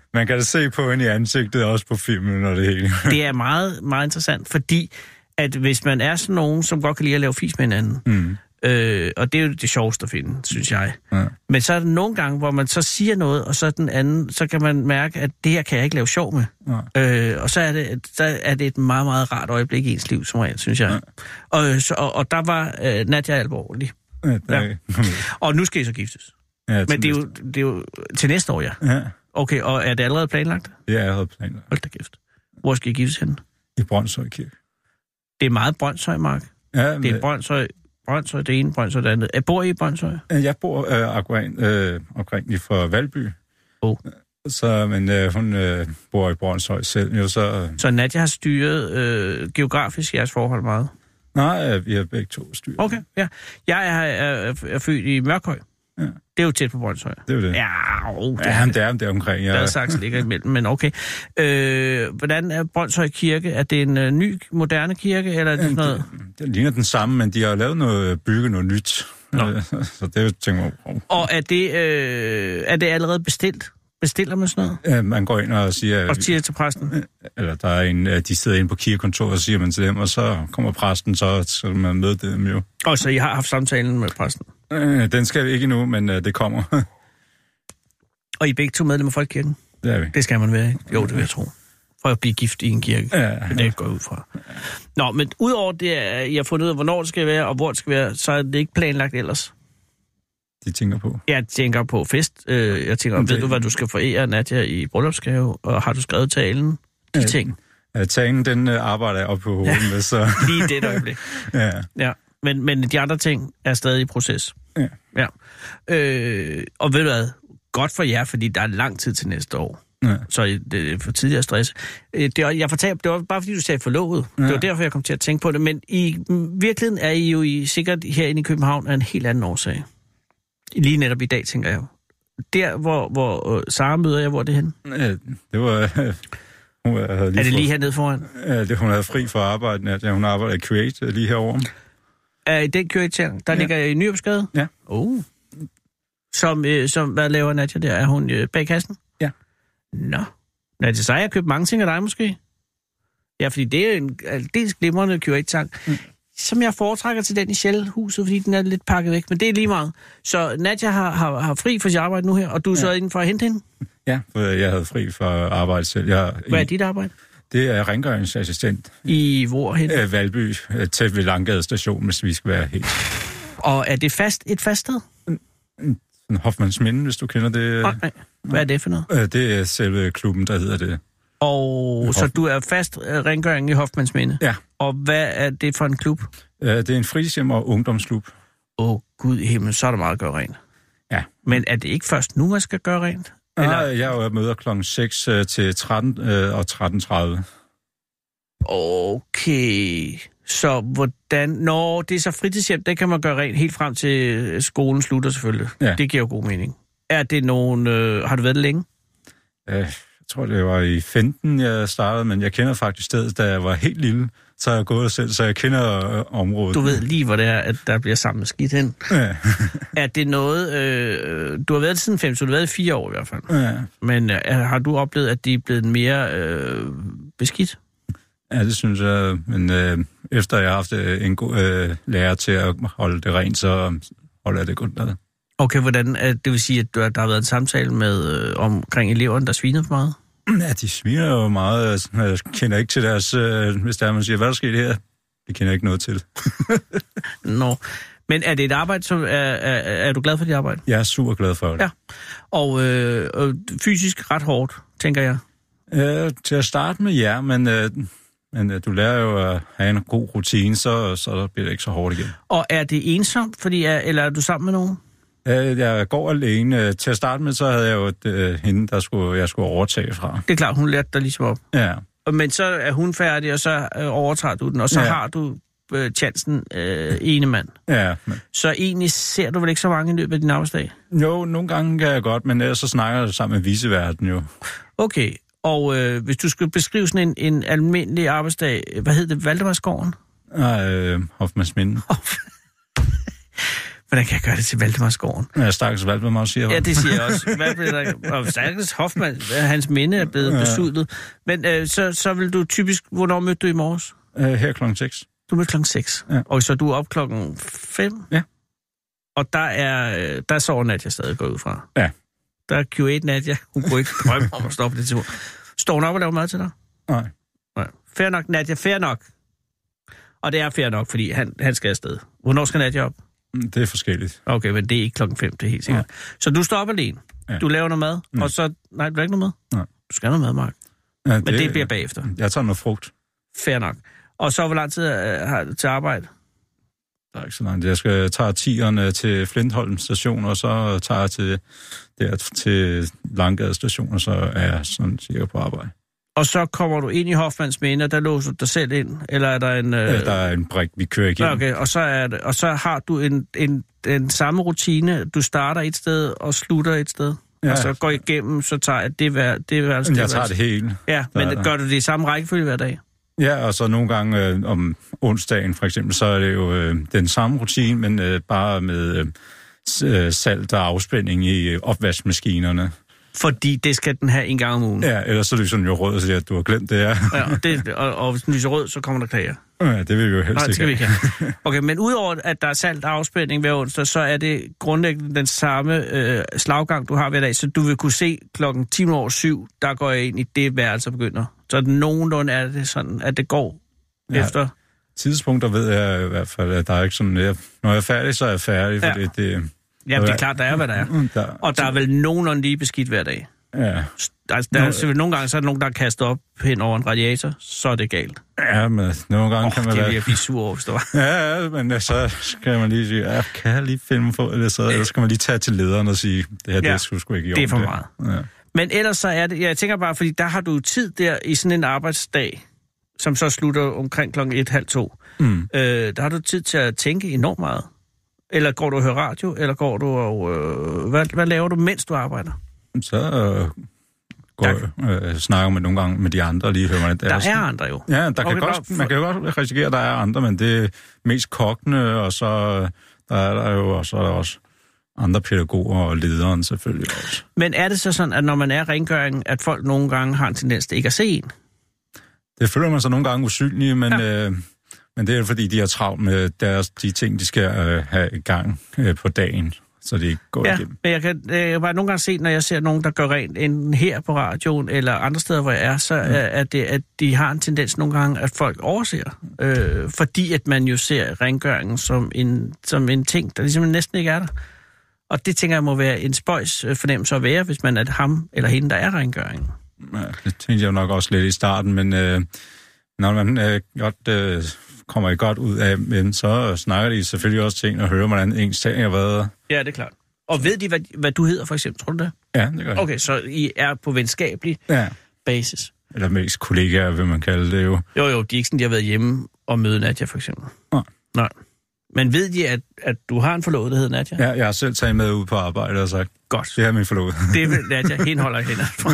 S5: Man kan da se på hende i ansigtet, også på filmen og det hele.
S3: Det er meget, meget interessant, fordi at hvis man er sådan nogen, som godt kan lide at lave fis med hinanden, mm. øh, og det er jo det sjoveste at finde, synes jeg. Ja. Men så er der nogle gange, hvor man så siger noget, og så den anden, så kan man mærke, at det her kan jeg ikke lave sjov med. Ja. Øh, og så er, det, så er det et meget, meget rart øjeblik i ens liv, som regel, synes jeg. Ja. Og, så, og, og der var øh, Nadia alvorlig. Ja, ja. Og nu skal I så giftes. Ja, men det er, jo, det er jo til næste år, ja. ja. Okay, og er det allerede planlagt?
S5: Det er allerede planlagt.
S3: Hold da kæft. Hvor skal I giftes henne?
S5: I Brønshøj Kirke.
S3: Det er meget Brønshøj, Mark. Ja, men... Det er Brønshøj, Brønshøj det ene, Brønshøj det andet. Bor I i Brønshøj?
S5: Jeg bor øh, omkring, øh, omkring lige fra Valby.
S3: Oh.
S5: Så, men øh, hun øh, bor i Brønshøj selv. Jo, så, øh...
S3: så Nadia har styret øh, geografisk jeres forhold meget?
S5: Nej, øh, vi har begge to styret.
S3: Okay, ja. Jeg er, er, er født i Mørkhøj. Ja. Det er jo tæt på Brønshøj.
S5: Det er jo det.
S3: Ja, oh, det,
S5: ja det er det omkring.
S3: Ja. Der er sagt ligger imellem, men okay. Øh, hvordan er Brønshøj Kirke? Er det en uh, ny, moderne kirke, eller er det ja, noget?
S5: Det, det ligner den samme, men de har lavet noget, bygget noget nyt. Så det er jo tænkt mig. Oh.
S3: Og er det, øh, er det allerede bestilt? Bestiller man sådan noget?
S5: Ja, man går ind og siger...
S3: Og siger til præsten?
S5: Eller der er en, de sidder inde på kirkekontoret, og siger man til dem, og så kommer præsten, så skal man møde dem jo.
S3: Og så I har haft samtalen med præsten?
S5: Øh, den skal vi ikke endnu, men øh, det kommer.
S3: Og I er begge to medlemmer af Folkekirken?
S5: Det er vi.
S3: Det skal man være, ikke? Jo, det vil jeg tro. For at blive gift i en kirke. Ja, ja. Det går ud fra. Nå, men udover det, at I har fundet ud af, hvornår det skal være, og hvor det skal være, så er det ikke planlagt ellers?
S5: De tænker på?
S3: Jeg tænker på fest. Jeg tænker, ved du, hvad du skal forære Nadia i bryllupsgave? Og har du skrevet talen? De ja, ting.
S5: Ja, talen, den arbejder jeg op på hovedet ja, med, så...
S3: Lige det øjeblik.
S5: ja.
S3: Ja. Men, men de andre ting er stadig i proces.
S5: Ja.
S3: ja. Øh, og ved du hvad? Godt for jer, fordi der er lang tid til næste år. Ja. Så det er for tidligere stress. Det var, jeg fortalte, det var bare fordi, du sagde forlovet. Ja. Det var derfor, jeg kom til at tænke på det. Men i virkeligheden er I jo i, sikkert herinde i København af en helt anden årsag. Lige netop i dag, tænker jeg. Der, hvor, hvor Sara møder jeg, hvor er det henne?
S5: Ja, det var... Hun havde lige
S3: er det lige
S5: for,
S3: hernede foran?
S5: Ja, det, hun havde fri for arbejde. Ja, hun arbejder i Create lige herovre.
S3: Er i den Create, der ja. ligger i Nyopsgade?
S5: Ja.
S3: Oh. Som, øh, som, hvad laver Nadia der? Er hun øh, bag kassen?
S5: Ja.
S3: Nå. Nadia, så har jeg købt mange ting af dig måske? Ja, fordi det er en aldeles glimrende Create-sang. Mm. Som jeg foretrækker til den i Shell-huset, fordi den er lidt pakket væk. Men det er lige meget. Så Nadia har, har, har fri for sit arbejde nu her, og du er ja. så inden for at hente hende?
S5: Ja, for jeg havde fri for arbejde selv. Jeg,
S3: Hvad er
S5: i,
S3: dit arbejde?
S5: Det er rengøringsassistent.
S3: I hvorhen?
S5: Æ, Valby, tæt ved Langgade station, hvis vi skal være helt.
S3: Og er det fast, et fast sted?
S5: Hoffmanns Minde, hvis du kender det.
S3: Oh, nej. Hvad er det for noget?
S5: Æ, det er selve klubben, der hedder det.
S3: Og Hoff... så du er fast rengøring i Hoffmanns Minde?
S5: Ja.
S3: Og hvad er det for en klub?
S5: Æ, det er en fritidshjem og ungdomsklub.
S3: Åh, oh, Gud i himlen, så er der meget at gøre rent.
S5: Ja.
S3: Men er det ikke først nu, man skal gøre rent?
S5: Eller? Jeg møder klokken seks til tretten og tretten tredive.
S3: Okay. Så hvordan... Nå, det er så fritidshjem, det kan man gøre rent helt frem til skolen slutter selvfølgelig. Ja. Det giver jo god mening. Er det nogen... Øh, har du været det længe?
S5: Øh, jeg tror, det var i femten, jeg startede, men jeg kender faktisk stedet, da jeg var helt lille. Så har jeg gået selv, så jeg kender øh, området.
S3: Du ved lige, hvor det er, at der bliver samlet skidt hen.
S5: Ja.
S3: Er det noget... Øh, du har været det siden fem, så du har været i fire år i hvert fald.
S5: Ja.
S3: Men øh, har du oplevet, at de er blevet mere øh, beskidt?
S5: Ja, det synes jeg. Men øh, efter jeg har haft en god øh, lærer til at holde det rent, så holder jeg det godt med.
S3: Okay, hvordan? Det vil sige, at der har været en samtale med øh, omkring eleverne, der svinede for meget?
S5: Ja, de sviner jo meget. Jeg kender ikke til deres... Øh, hvis der man siger, hvad der sker her? Det kender jeg ikke noget til.
S3: Nå. Men er det et arbejde, som... Er, er, er du glad for dit arbejde?
S5: Jeg er super glad for det.
S3: Ja. Og øh, og fysisk ret hårdt, tænker jeg?
S5: Øh, til at starte med, ja, men... Øh, Men uh, du lærer jo at have en god rutine, så, så bliver det ikke så hårdt igen.
S3: Og er det ensomt, fordi, eller er du sammen med nogen?
S5: Uh, jeg går alene. Til at starte med, så havde jeg jo et, uh, hende, der skulle, jeg skulle overtage fra.
S3: Det er klart, hun lærte dig ligesom op.
S5: Ja.
S3: Men så er hun færdig, og så uh, overtager du den, og så ja. har du uh, chancen uh, ene mand.
S5: Ja. Men...
S3: Så egentlig ser du vel ikke så mange i løbet af din arbejdsdag?
S5: Jo, nogle gange kan jeg godt, men ellers så snakker jeg sammen med viceverden jo.
S3: Okay. Og øh, hvis du skulle beskrive sådan en, en almindelig arbejdsdag, hvad hed det, Valdemarsgården?
S5: Nej, øh, Hoffmanns Minde.
S3: Hvordan kan jeg gøre det til Valdemarsgården?
S5: Ja, stakkels Valdemar, siger
S3: Ja, det siger jeg også. Hvad blev der? Og stakkels Hoffmann, hans minde er blevet ja. besudlet. Men øh, så, så vil du typisk... Hvornår mødte du i morges?
S5: Uh, her klokken seks.
S3: Du mødte klokken seks.
S5: Ja.
S3: Og så er du op klokken fem?
S5: Ja.
S3: Og der er... Der sover Nadia stadig gået ud fra.
S5: Ja.
S3: Der er Q otte Nadia. Hun kunne ikke drømme om at stoppe det til. Står hun op og laver mad til dig?
S5: Nej.
S3: Nej. Fair nok, Nadia. Fair nok. Og det er fair nok, fordi han, han skal afsted. Hvornår skal Nadia op?
S5: Det er forskelligt.
S3: Okay, men det er ikke klokken fem, det er helt sikkert. Ja. Så du står op alene. Ja. Du laver noget mad, ja. og så... Nej, du har ikke noget mad?
S5: Nej.
S3: Du skal have noget mad, Mark.
S5: Ja,
S3: men
S5: det,
S3: det bliver bagefter.
S5: Jeg tager noget frugt.
S3: Fair nok. Og så hvor lang tid har du til arbejde?
S5: Der er ikke så langt. Jeg skal tage tierne til Flintholm station, og så tager jeg til, der, til Langgade station, og så er jeg sådan cirka på arbejde.
S3: Og så kommer du ind i Hoffmanns minde, og der låser du dig selv ind? Eller er der en... Øh...
S5: Ja, der er en brik, vi kører igennem.
S3: Okay, og så, er det, og så har du en, en, en samme rutine. Du starter et sted og slutter et sted? Ja. Og så går igennem, så tager jeg det hver... Det hver
S5: jeg det tager det hele.
S3: Ja, men der. Gør du det i samme rækkefølge hver dag?
S5: Ja, og så nogle gange øh, om onsdagen for eksempel, så er det jo øh, den samme rutine, men øh, bare med øh, salt og afspænding i øh, opvaskmaskinerne.
S3: Fordi det skal den have en gang om ugen?
S5: Ja, ellers så er det sådan jo rød og siger, at du har glemt det her.
S3: Ja, og, det, og, og hvis den lyser rød, så kommer der klager.
S5: Ja, det vil vi jo helst
S3: Nej, det skal
S5: ikke.
S3: Vi ikke. Okay, men udover at der er salt og afspænding hver onsdag, så er det grundlæggende den samme øh, slaggang, du har hver dag. Så du vil kunne se klokken ti over syv, der går jeg ind i det værelse og begynder. Så nogenlunde er det sådan, at det går ja, efter...
S5: Tidspunkter ved jeg i hvert fald, at der er ikke sådan... Jeg, når jeg er færdig, så er jeg færdig,
S3: ja.
S5: fordi det...
S3: Ja, det er klart, der er, hvad der er. Der, og der er vel nogenlunde lige beskidt hver dag.
S5: Ja.
S3: Altså, der er selvfølgelig nogle gange, så er der nogen, der er kastet op hen over en radiator, så er det galt.
S5: Ja, men nogle gange oh, kan man
S3: det
S5: være...
S3: det vil blive sur over, hvis det var.
S5: Ja, ja, men så skal man lige sige, ja, kan jeg lige filme på det, så ellers skal man lige tage til lederen og sige, det her, ja, det skulle sgu ikke i
S3: det er for meget.
S5: Ja.
S3: Men ellers så er det, jeg tænker bare, fordi der har du tid der i sådan en arbejdsdag, som så slutter omkring klokken et, halv to. Mm. Øh, der har du tid til at tænke enormt meget. Eller går du og hører radio, eller går du og... Øh, hvad, hvad laver du, mens du arbejder?
S5: Så øh, går jeg øh, snakker med nogle gange med de andre, lige hører man.
S3: Der er, er andre jo.
S5: Ja, der kan
S3: okay,
S5: godt, man kan jo godt risikere, at der er andre, men det er mest kokkene, og så der er der jo og så er der også andre pædagoger og lederen selvfølgelig også.
S3: Men er det så sådan, at når man er rengøring, at folk nogle gange har en tendens til ikke at se en?
S5: Det føler man så nogle gange usynlige, men... Ja. Øh, Men det er fordi, de har travlt med deres, de ting, de skal øh, have i gang øh, på dagen, så det ikke går
S3: ja,
S5: igennem.
S3: Men jeg kan øh, bare nogle gange se, når jeg ser nogen, der gør rent, enten her på radioen eller andre steder, hvor jeg er, så ja. er det, at de har en tendens nogle gange, at folk overser. Øh, fordi at man jo ser rengøringen som en, som en ting, der ligesom næsten ikke er der. Og det tænker jeg må være en spøjs fornemmelse at være, hvis man er ham eller hende, der er rengøringen.
S5: Ja, det tænkte jeg jo nok også lidt i starten, men øh, når man øh, godt... Øh, kommer I godt ud af, men så snakker de selvfølgelig også ting og hører, hvordan ens ting har været.
S3: Ja, det er klart. Og ved de, hvad, hvad du hedder, for eksempel? Tror du det?
S5: Ja, det gør jeg.
S3: Okay, så I er på venskabelig ja. basis?
S5: Eller mest kollegaer, vil man kalde det jo.
S3: Jo, jo, de er ikke sådan, de har været hjemme og møde Nadia, for eksempel.
S5: Nej. Nej.
S3: Men ved de, at, at du har en forlovet, der hedder Nadia?
S5: Ja, jeg har selv taget med ud på arbejde og sagt,
S3: godt.
S5: Det er min forlovede.
S3: Det vil Nadia, hende holder hende for.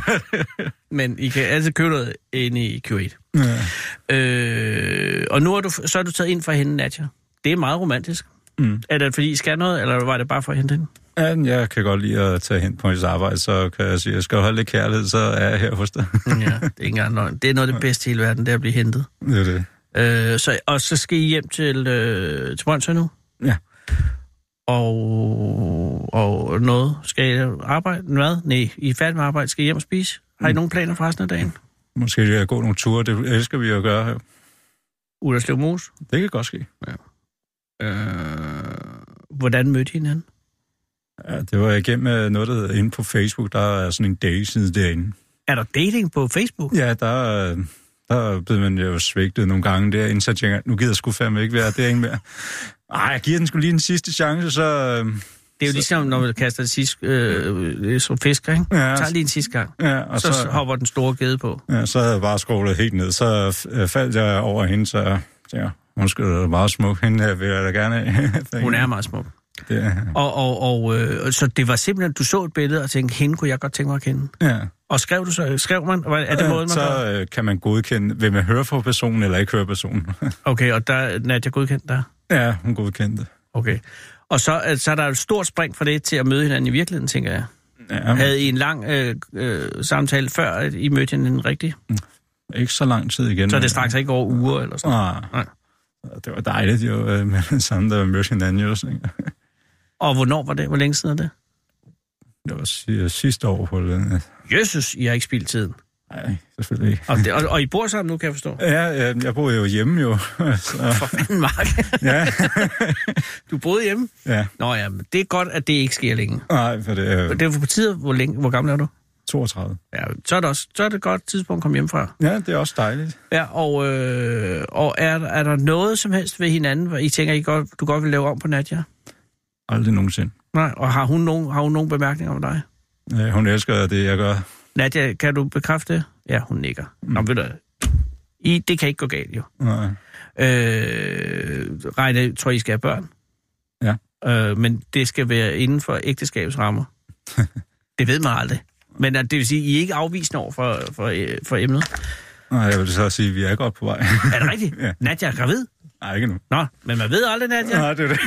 S3: Men I kan altid købe noget inde i Q otte. Ja. Øh, og nu er du, så er du taget ind for hende, Nadia. Det er meget romantisk. Mm. Er det fordi, I skal noget, eller var det bare for at hente hende?
S5: Ja, jeg kan godt lide at tage hen på hendes arbejde, så kan jeg sige, jeg skal holde lidt kærlighed, så er jeg her hos dig.
S3: Ja, det er ikke engang noget. Det er noget af det bedste i hele verden, det er at blive hentet.
S5: Det er det.
S3: Øh, så, og så skal I hjem til, øh, til Brøndshøj nu?
S5: Ja.
S3: Og, og noget? Skal I arbejde? Hvad? Nej, I er færdige med arbejde. Skal I hjem og spise? Har I mm. nogle planer for resten af dagen?
S5: Måske vil jeg gå nogle ture. Det elsker vi at gøre her.
S3: Uderslev Mose?
S5: Det kan godt ske.
S3: Ja. Øh, hvordan mødte I hinanden?
S5: Ja, det var igennem noget, der hedder inde på Facebook. Der er sådan en dating derinde.
S3: Er der dating på Facebook?
S5: Ja, der, der blev man jo svigtet nogle gange derinde, så tænker jeg, nu gider jeg sgu fandme ikke være derinde mere. Ej, jeg giver den sgu lige en sidste chance, så...
S3: Det er jo
S5: så...
S3: ligesom, når man kaster det sidste øh, som fisker, ikke? Ja, tager lige en sidste gang.
S5: Ja, og
S3: så,
S5: så
S3: hopper den store gede på.
S5: Ja, så havde jeg bare scrollet helt ned. Så faldt jeg over hende, så jeg tænker, hun skal da meget smuk. Hende her vil jeg da gerne have.
S3: Hun er meget smuk.
S5: Det...
S3: Og, og, og øh, så det var simpelthen, du så et billede og tænkte, hende kunne jeg godt tænke mig at kende.
S5: Ja.
S3: Og skrev du så, skrev man? Er det
S5: ja,
S3: måden, man
S5: så
S3: gør?
S5: Så kan man godkende, vil man høre fra personen eller ikke høre personen.
S3: Okay, og der Nadia godkendt der?
S5: Ja, hun godkendte.
S3: Okay. Og så, så er der et stort spring fra det til at møde hinanden i virkeligheden, tænker jeg. Ja, men... Havde I en lang øh, øh, samtale før, at I mødte hinanden rigtigt?
S5: Ikke så lang tid igen.
S3: Så det straks ikke over uger eller sådan noget?
S5: Nej. Nej. Det var dejligt jo, med den samme, der mødte hinanden jo.
S3: Og hvornår var det? Hvor længe siden er det?
S5: Det var sidste år på det.
S3: Jesus, I har ikke spildt tiden.
S5: Nej, selvfølgelig ikke.
S3: Og, det, og, og I bor sammen nu, kan jeg forstå?
S5: Ja, jeg, jeg bor jo hjemme jo.
S3: Så. For fanden, Mark.
S5: Ja.
S3: Du boede hjemme?
S5: Ja.
S3: Nå ja, men det er godt, at det ikke sker længe.
S5: Nej, for det er jo...
S3: Det er på tide, hvor, længe, hvor gammel er du?
S5: toogtredive.
S3: Ja, så er det også så er det et godt tidspunkt at komme hjem fra.
S5: Ja, det er også dejligt.
S3: Ja, og, øh, og er, er der noget som helst ved hinanden, hvor I tænker, I godt, du godt vil lave om på Nadia?
S5: Aldrig nogensinde.
S3: Nej, og har hun nogen, har hun nogen bemærkninger om dig?
S5: Ja, hun elsker det, jeg gør.
S3: Nadia, kan du bekræfte det? Ja, hun nikker. Mm. Nå, ved du, I, det kan ikke gå galt, jo.
S5: Nej.
S3: Øh, Regne, tror I skal have børn?
S5: Ja.
S3: Øh, men det skal være inden for ægteskabsrammer. Det ved man aldrig. Men det vil sige, I er ikke afvisende over for, for, for emnet?
S5: Nej, jeg vil så sige, at vi er godt på vej.
S3: Er det rigtigt? Ja. Nadia er gravid?
S5: Nej, ikke nu.
S3: Nå, men man ved aldrig, Nadia.
S5: Nej, det er det.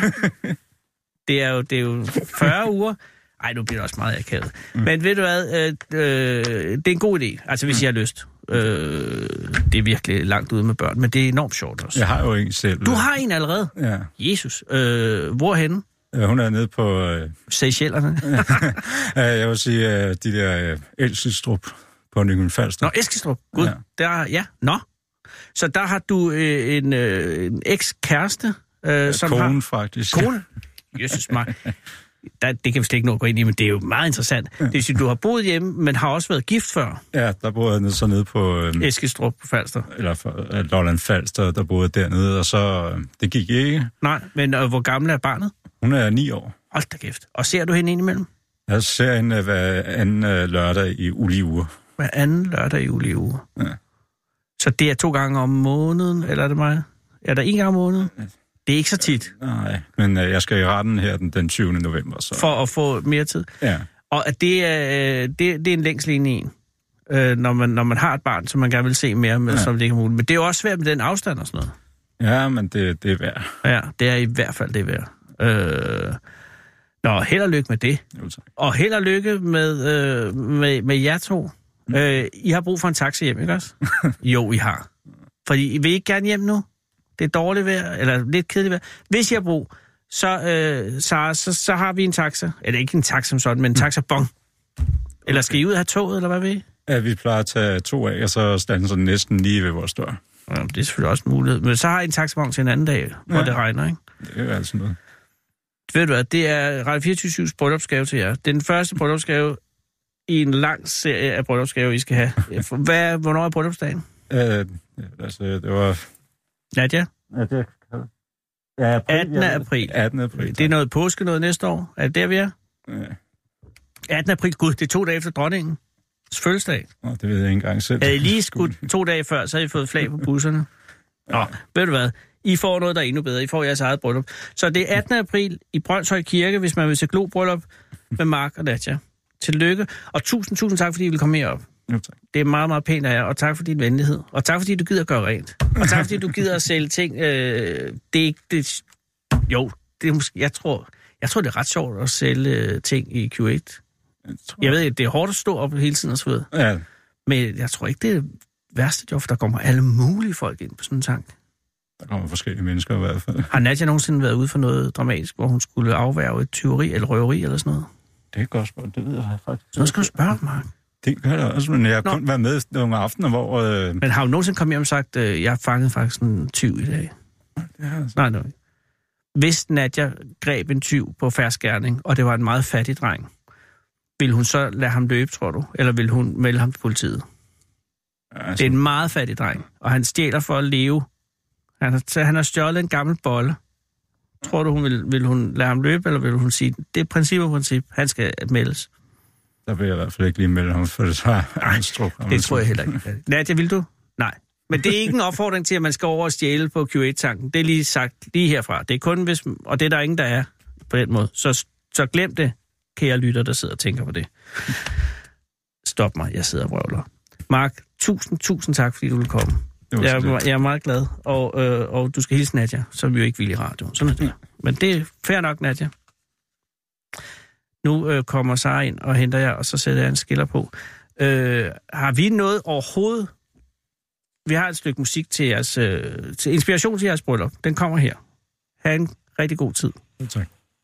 S3: det, er jo, det er jo fyrre uger. Ej, nu bliver det også meget akavet. Mm. Men ved du hvad, øh, øh, det er en god idé, altså hvis mm. I har lyst. Øh, det er virkelig langt ude med børn, men det er enormt sjovt også.
S5: Jeg har jo en selv.
S3: Du har en allerede?
S5: Ja.
S3: Jesus. Øh, hvorhenne?
S5: Ja, hun er nede på... Øh...
S3: Seychellerne?
S5: Ja, jeg vil sige, øh, de der øh, Elsestrup på Nykøbing Falster.
S3: Nå, Eskilstrup. Gud. Ja. Der, ja, nå. Så der har du øh, en, øh, en eks-kæreste, øh, ja, som
S5: kone,
S3: har...
S5: Kone, faktisk.
S3: Kone? Jesus, mig. Der, det kan vi slet ikke nå at gå ind i, men det er jo meget interessant. Det vil sige, du har boet hjemme, men har også været gift før.
S5: Ja, der boede jeg så nede på... Øhm,
S3: Eskilstrup på Falster.
S5: Eller for, Lolland Falster, der boede dernede, og så... Øh, det gik ikke.
S3: Nej, men øh, hvor gammel er barnet?
S5: Hun er ni år.
S3: Hold da kæft. Og ser du hende indimellem?
S5: Jeg ser hende hver anden øh, lørdag i ulige uger.
S3: Hver anden lørdag i ulige uger?
S5: Ja.
S3: Så det er to gange om måneden, eller er det mig? Er der en gang om måneden? Ja. Det er ikke så tit.
S5: Nej, men øh, jeg skal i retten her den, den tyvende november. Så.
S3: For at få mere tid?
S5: Ja.
S3: Og at det, er, det, det er en længsel en, øh, når, man, når man har et barn, som man gerne vil se mere med, ja. Som det ikke er muligt. Men det er jo også svært med den afstand og sådan noget.
S5: Ja, men det, det er værd.
S3: Ja, det er i hvert fald det værd. Øh, nå, held og lykke med det.
S5: Jo, tak. Og
S3: held og lykke med, øh, med, med jer to. Mm. Øh, I har brug for en taxa hjem, ikke også? Jo, I har. Fordi I vil ikke gerne hjem nu? Det er dårligt vejr, eller lidt kedeligt vejr. Hvis I har brug, så, øh, så, så, så har vi en taxa. Eller ikke en taxa som sådan, men en taxabon. Eller skal I ud og have toget, eller hvad ved I?
S5: Ja, vi plejer at tage to af, og så standser den næsten lige ved vores dør.
S3: Ja, det er selvfølgelig også en mulighed. Men så har I en taxabon til en anden dag, hvor ja. Det regner, ikke?
S5: Det er jo altså noget.
S3: Ved du hvad, det er Radio fireogtyve syv's bryllupsgave til jer. Det er den første bryllupsgave i en lang serie af bryllupsgaver, I skal have. Hvad, hvornår er bryllupsdagen?
S5: Øh, altså, det var...
S3: Nadia?
S5: Ja, det ja, april,
S3: attende april.
S5: attende april.
S3: Det er noget påske noget næste år. Er det der, vi er?
S5: Ja.
S3: attende april. Gud, det er to dage efter dronningens fødselsdag.
S5: Nå, det ved jeg ikke engang selv.
S3: Havde I lige skudt to dage før, så havde I fået flag på busserne. Nå, ved du hvad? I får noget, der er endnu bedre. I får jeres eget bryllup. Så det er attende april i Brønshøj Kirke, hvis man vil se Glo-bryllup med Mark og Nadia. Tillykke, og tusind, tusind tak, fordi I vil komme herop.
S5: Jo, tak.
S3: Det er meget, meget pænt af jer, og tak for din venlighed. Og tak, fordi du gider at gøre rent. Og tak, fordi du gider at sælge ting. Øh, det er ikke... Det, jo, det er måske... Jeg tror, jeg tror, det er ret sjovt at sælge ting i Q otte. Jeg, jeg ved, det er hårdt at stå op hele tiden og så videre.
S5: Ja.
S3: Men jeg tror ikke, det er det værste job, for der kommer alle mulige folk ind på sådan en tank.
S5: Der kommer forskellige mennesker i hvert fald.
S3: Har Nadia nogensinde været ude for noget dramatisk, hvor hun skulle afværge et tyveri eller røveri eller sådan noget?
S5: Det er godt spørgsmål, det ved jeg faktisk.
S3: Så skal du spørge, Mark.
S5: Det gør det også, men jeg har Nå. kun været med nogle aftener, hvor... Øh...
S3: Men har du nogensinde kommet hjem og sagt, øh, jeg har fanget faktisk en tyv i dag?
S5: Det altså.
S3: Nej, nej. Hvis Nadia greb en tyv på færdsgerning, og det var en meget fattig dreng, ville hun så lade ham løbe, tror du? Eller ville hun melde ham til politiet? Altså... Det er en meget fattig dreng, og han stjæler for at leve. Han har, han har stjålet en gammel bolle. Tror du, hun vil, vil hun lade ham løbe, eller vil hun sige, det er princip og princip, han skal meldes?
S5: Der vil jeg i hvert fald ikke lige melde ham, for det tager
S3: en struk. Det tror jeg heller ikke. Nadia, vil du? Nej. Men det er ikke en opfordring til, at man skal over og stjæle på Q otte-tanken. Det er lige sagt lige herfra. Det er kun hvis... Og det er der ingen, der er på den måde. Så, så glem det, kære lytter, der sidder og tænker på det. Stop mig, jeg sidder og vrøvler. Mark, tusind, tusind tak, fordi du vil komme. Jeg, jeg er meget glad. Og, øh, og du skal hilse Nadia, som jo ikke vil i radioen. Sådan er det. Men det er fair nok, Nadia. Nu øh, kommer Sara ind og henter jer, og så sætter jeg en skiller på. Øh, har vi noget overhovedet? Vi har et stykke musik til jeres, øh, til inspiration til jeres bryllup. Den kommer her. Ha' en rigtig god tid.
S5: Ja, tak.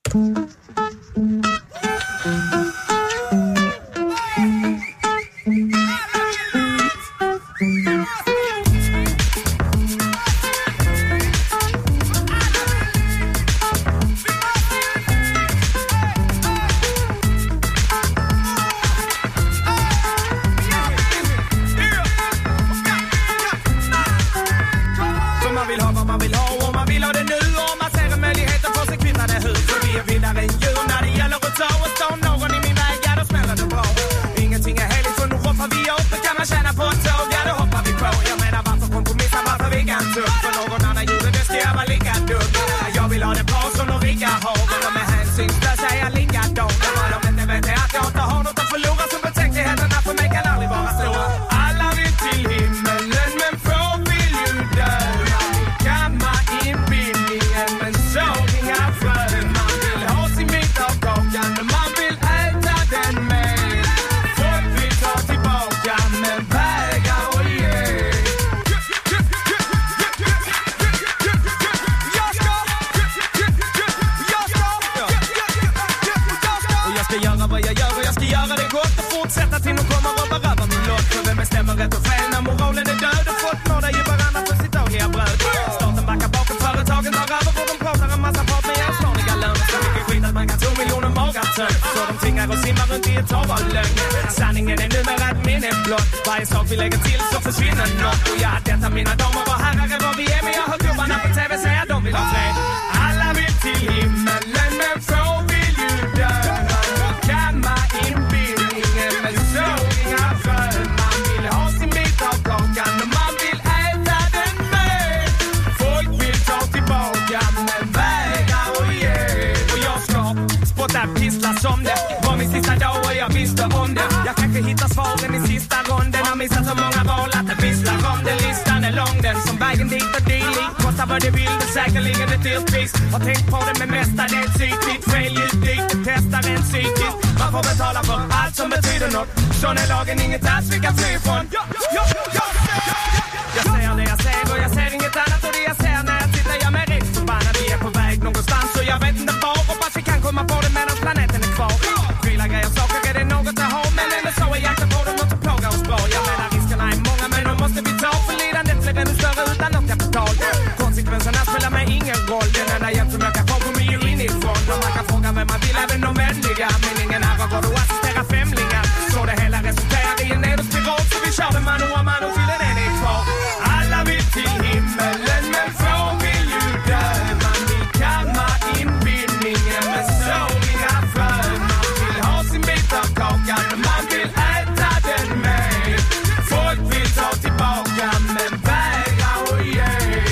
S6: Varje sak vi lägger till så försvinner något. Och ja, detta mina damer och herrar är vad vi är. Men jag hör gubbarna på tv säga de vill ha fred. Alla vill till himmelen men få vill ju dö. Man kammar inbildningen men så inga frön. Man vill ha sin bit av kakan och man vill äta den med. Folk vill ta tillbaka men vägrar och ge. Och jag ska spotta pissla som det var min sista dag och jag visste om det. Jag kanske hittar svaren i sista ronden. Har missat så många val att det visslar om det. Listan är lång den som vägen dit och dylik. Kostar vad det vill, det säkerligen ett dyrt pris. Har tänkt på det med mesta det är psykigt. Fel ljud dit, det testar en psykiskt. Man får betala för allt som betyder något. Sån är lagen, inget alls vi kan fly ifrån. Jag ser det jag ser och jag ser inget annat. Och det jag ser när jag tittar jag mig rätt förbannad. Vi är på väg någonstans och jag vet inte var. Hoppas vi kan komma på det medan planeten är kvar. Skilda grejer, saker är det något att ha. Men ändå så är jakten på dem något som plågar oss bra. Jag menar riskerna är många men de måste vi ta. För lidandet blir ännu större utan något kapital. Konsekvenserna spelar mig ingen roll. Den enda hjälp som jag kan få kommer ju inifrån. Och man kan fråga vem man vill, även de vänliga. Men ingen här har råd att assistera femlingar. Så det hela resulterar i en nedåtspiral. Så vi kör det man och man och till en en är kvar. Alla vill till himmelen men få vill ju dö. Man vill kamma inbildningen men så inga frön. Man vill ha sin bit av kakan och man vill äta den med. Folk vill ta tillbaka men vägrar och ge.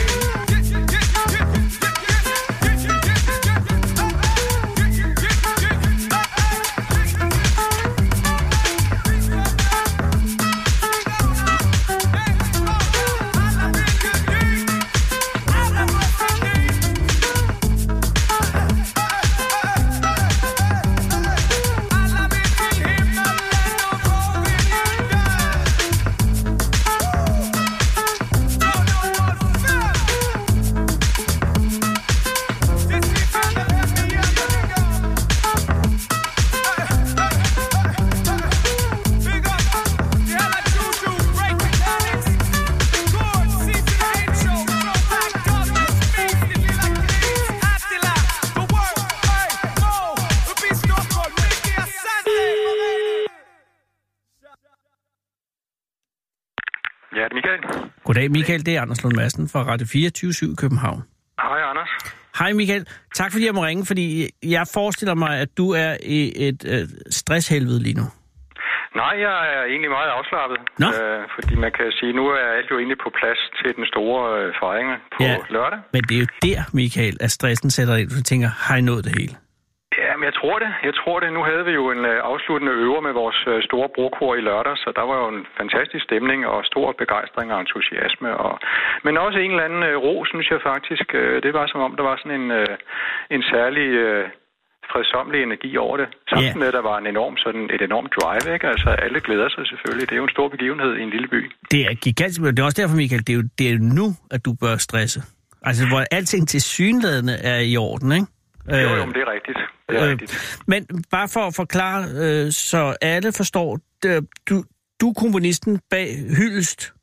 S7: Ja, det er Michael.
S3: Goddag Michael, det er Anders Lund Madsen fra Radio fireogtyve syv i København.
S7: Hej Anders.
S3: Hej Michael, tak fordi jeg må ringe, fordi jeg forestiller mig, at du er i et øh, stresshelvede lige nu.
S7: Nej, jeg er egentlig meget afslappet.
S3: Nå?
S7: Øh, fordi man kan sige, nu er alt jo egentlig på plads til den store øh, fejring på
S3: ja,
S7: lørdag.
S3: Men det er jo der, Michael, at stressen sætter ind, og du tænker, har I nået det hele?
S7: Ja, Jamen, jeg tror det. Jeg tror det. Nu havde vi jo en øh, afsluttende øver med vores øh, store brokor i lørdag, så der var jo en fantastisk stemning og stor begejstring og entusiasme. Og... Men også en eller anden øh, ro, synes jeg faktisk. Øh, det var som om, der var sådan en, øh, en særlig... Øh, fredsomlig energi over det. Samtidig med, at der var en enorm, sådan et enormt drive, ikke? Altså, alle glæder sig selvfølgelig. Det er jo en stor begivenhed i en lille by.
S3: Det er gigantisk, men det er også derfor, Michael, det er jo, det er nu, at du bør stresse. Altså, hvor alting til synlædende er i orden, ikke?
S7: Jo, jo, men det er rigtigt. Det er øh, rigtigt.
S3: Men bare for at forklare, øh, så alle forstår, det, du, du er komponisten bag Hyldest.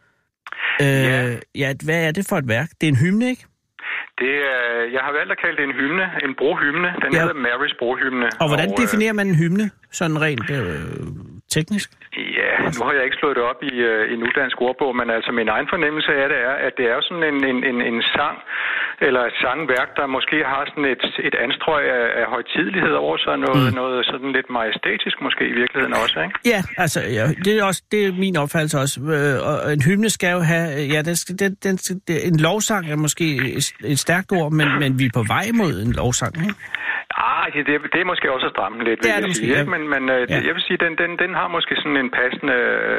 S3: Øh, ja. ja. Hvad er det for et værk? Det er en hymne, ikke?
S7: Det er, jeg har valgt at kalde det en hymne, en brohymne. Den ja. hedder Marys brohymne.
S3: Og hvordan og, definerer man en hymne, sådan rent øh, teknisk?
S7: Ja, nu har jeg ikke slået det op i, uh, i nudansk ordbog, men altså min egen fornemmelse af det er, at det er jo sådan en, en, en, en sang, eller et sangværk, der måske har sådan et, et anstrøg af, af højtidelighed over sig, noget, mm. noget sådan lidt majestætisk måske i virkeligheden også, ikke?
S3: Ja, altså, ja, det er også det er min opfattelse også. Øh, og en hymne skal jo have, ja, den, den, den, den, en lovsang er måske et stærkt ord, men, men vi er på vej mod en lovsang, ikke?
S7: Ah, det, det er måske også at stramme lidt,
S3: vil
S7: jeg
S3: måske,
S7: sige.
S3: Ja.
S7: Men, men ja. jeg vil sige, den, den, den har måske sådan en passende...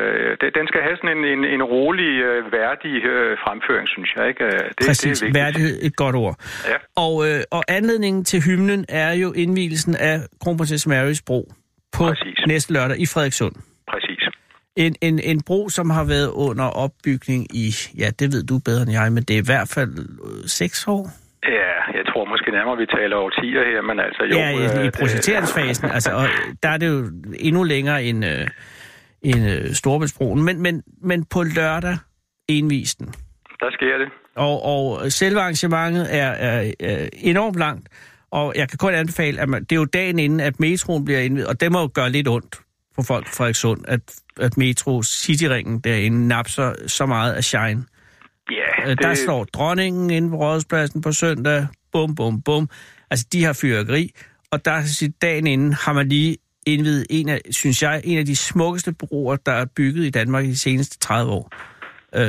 S7: Den skal have sådan en, en, en rolig, værdig fremføring, synes jeg, ikke? Det,
S3: Præcis,
S7: det er vigtigt.
S3: Værdighed, et godt ord.
S7: Ja.
S3: Og, øh, og anledningen til hymnen er jo indvielsen af Kronprinsesse Marys bro på Præcis. næste lørdag i Frederikssund.
S7: Præcis.
S3: En, en, en bro, som har været under opbygning i, ja, det ved du bedre end jeg, men det er i hvert fald øh, seks år.
S7: Ja, jeg tror måske nærmere, vi taler årtier her, men altså jo...
S3: Ja, i, i projekteringsfasen, altså, og der er det jo endnu længere end, øh, end øh, Storebæltsbroen, men, men, men på lørdag indvisen.
S7: Der sker det.
S3: Og, og selve arrangementet er, er, er enormt langt, og jeg kan kun anbefale, at man, det er jo dagen inden, at metroen bliver indviet, og det må jo gøre lidt ondt for folk fra Frederikssund, at, at metro Cityringen derinde napser så meget af shine.
S7: Ja, det...
S3: Der står dronningen inde på Rådhuspladsen på søndag. Bum, bum, bum. Altså, de har fyrværkeri. Og der dagen inden har man lige indviet en af, synes jeg, en af de smukkeste broer, der er bygget i Danmark i de seneste tredive år. Øh,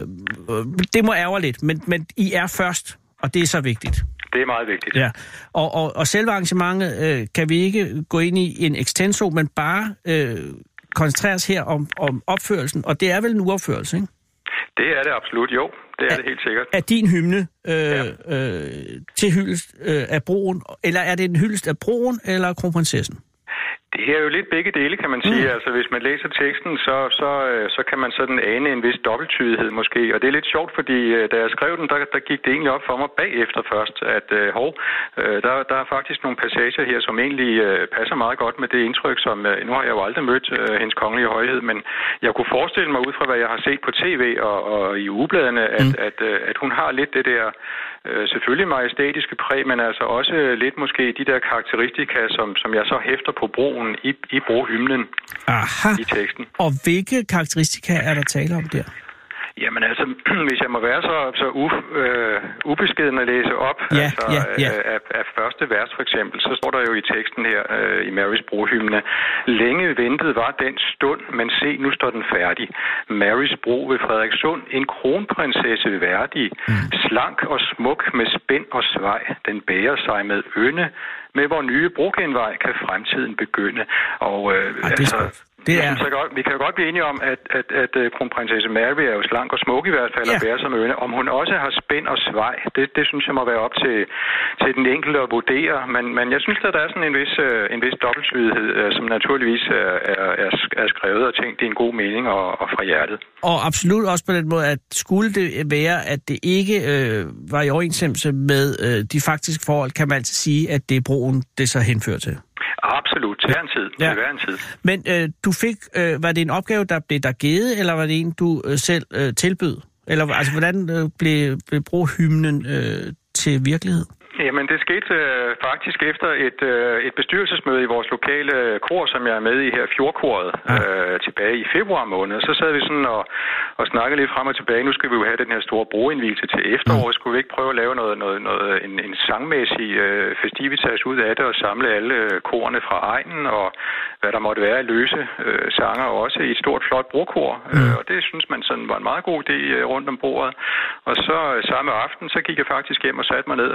S3: det må ærge lidt, men, men I er først, og det er så vigtigt.
S7: Det er meget vigtigt.
S3: Ja, og, og, og selve arrangementet øh, kan vi ikke gå ind i en extenso, men bare øh, koncentrere os her om, om opførelsen. Og det er vel en uopførelse, ikke?
S7: Det er det absolut, jo. Det er, er det helt sikkert.
S3: Er din hymne øh,
S7: ja.
S3: øh, til hyldest øh, af broen, eller er det en hyldest af broen eller kronprinsessen?
S7: Det er jo lidt begge dele, kan man sige. Mm. Altså, hvis man læser teksten, så, så, så kan man sådan ane en vis dobbelttydighed måske. Og det er lidt sjovt, fordi da jeg skrev den, der, der gik det egentlig op for mig bagefter først, at øh, hov, øh, der, der er faktisk nogle passager her, som egentlig øh, passer meget godt med det indtryk, som øh, nu har jeg jo aldrig mødt øh, hendes kongelige højhed, men jeg kunne forestille mig ud fra, hvad jeg har set på tv og, og i ugebladene, at, mm. at, at, at hun har lidt det der øh, selvfølgelig majestætiske præg, men altså også lidt måske de der karakteristika, som, som jeg så hæfter på broen i, i brohymnen.
S3: Aha.
S7: I teksten.
S3: Og hvilke karakteristika er der tale om der?
S7: Jamen altså, hvis jeg må være så, så u, øh, ubeskeden at læse op,
S3: ja,
S7: altså,
S3: ja, ja.
S7: Af, af første vers for eksempel, så står der jo i teksten her øh, i Marys brohymne: længe ventet var den stund, men se, nu står den færdig. Marys bro ved Frederikssund, en kronprinsesse værdig, mm. slank og smuk med spænd og svej, den bærer sig med ynde, med hvor nye brogenvej kan fremtiden begynde. Og øh,
S3: Ej,
S7: altså...
S3: Det er...
S7: Så godt, vi kan jo godt blive enige om, at, at, at, at kronprinsesse Mary er jo slank og smuk i hvert fald, ja. Og bærer som øjne. Om hun også har spænd og svej, det, det synes jeg må være op til, til den enkelte at vurdere. Men, men jeg synes, at der er sådan en vis, en vis dobbelttydighed, som naturligvis er, er, er skrevet og tænkt i en god mening og, og fra hjertet. Og
S3: absolut også på den måde, at skulle det være, at det ikke øh, var i overensstemmelse med øh, de faktiske forhold, kan man altid sige, at det er broen, det så henfører til.
S7: Absolut, til hver en tid. Ja. Til hver en tid.
S3: Men øh, du fik, øh, var det en opgave, der blev der givet, eller var det en, du øh, selv øh, tilbød? Eller altså, hvordan øh, blev, blev brohymnen øh, til virkelighed?
S7: Jamen, det skete øh, faktisk efter et, øh, et bestyrelsesmøde i vores lokale kor, som jeg er med i her, Fjordkoret, øh, tilbage i februar måned. Så sad vi sådan og, og snakkede lidt frem og tilbage. Nu skal vi jo have den her store broindvielse til efteråret. Skulle vi ikke prøve at lave noget, noget, noget, en, en sangmæssig øh, festivitas ud af det og samle alle korene fra egnen og hvad der måtte være løse øh, sanger også i et stort, flot brokor. Mm. Øh, og det synes man sådan var en meget god idé øh, rundt om bordet. Og så øh, samme aften, så gik jeg faktisk hjem og satte mig ned, og så kom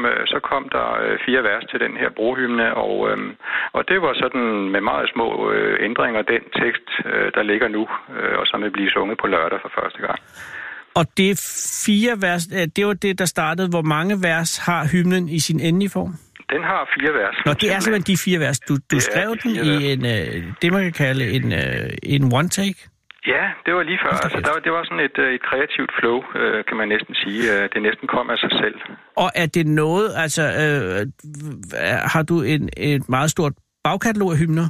S7: kom, øh, så kom der øh, fire vers til den her brohymne, og, øh, og det var sådan med meget små øh, ændringer den tekst, øh, der ligger nu, øh, og som vil blive sunget på lørdag for første gang.
S3: Og det er fire vers, det var det, der startede. Hvor mange vers har hymnen i sin endelige form?
S7: Den har fire vers.
S3: Nå, det er simpelthen de fire vers. Du, du skrev
S7: de
S3: den i en, øh, det, man kan kalde en, øh, en one-take?
S7: Ja, det var lige før. Altså, der, det var sådan et, et kreativt flow, øh, kan man næsten sige. Det næsten kom af sig selv.
S3: Og er det noget, altså, øh, har du en, et meget stort bagkatalog af hymner?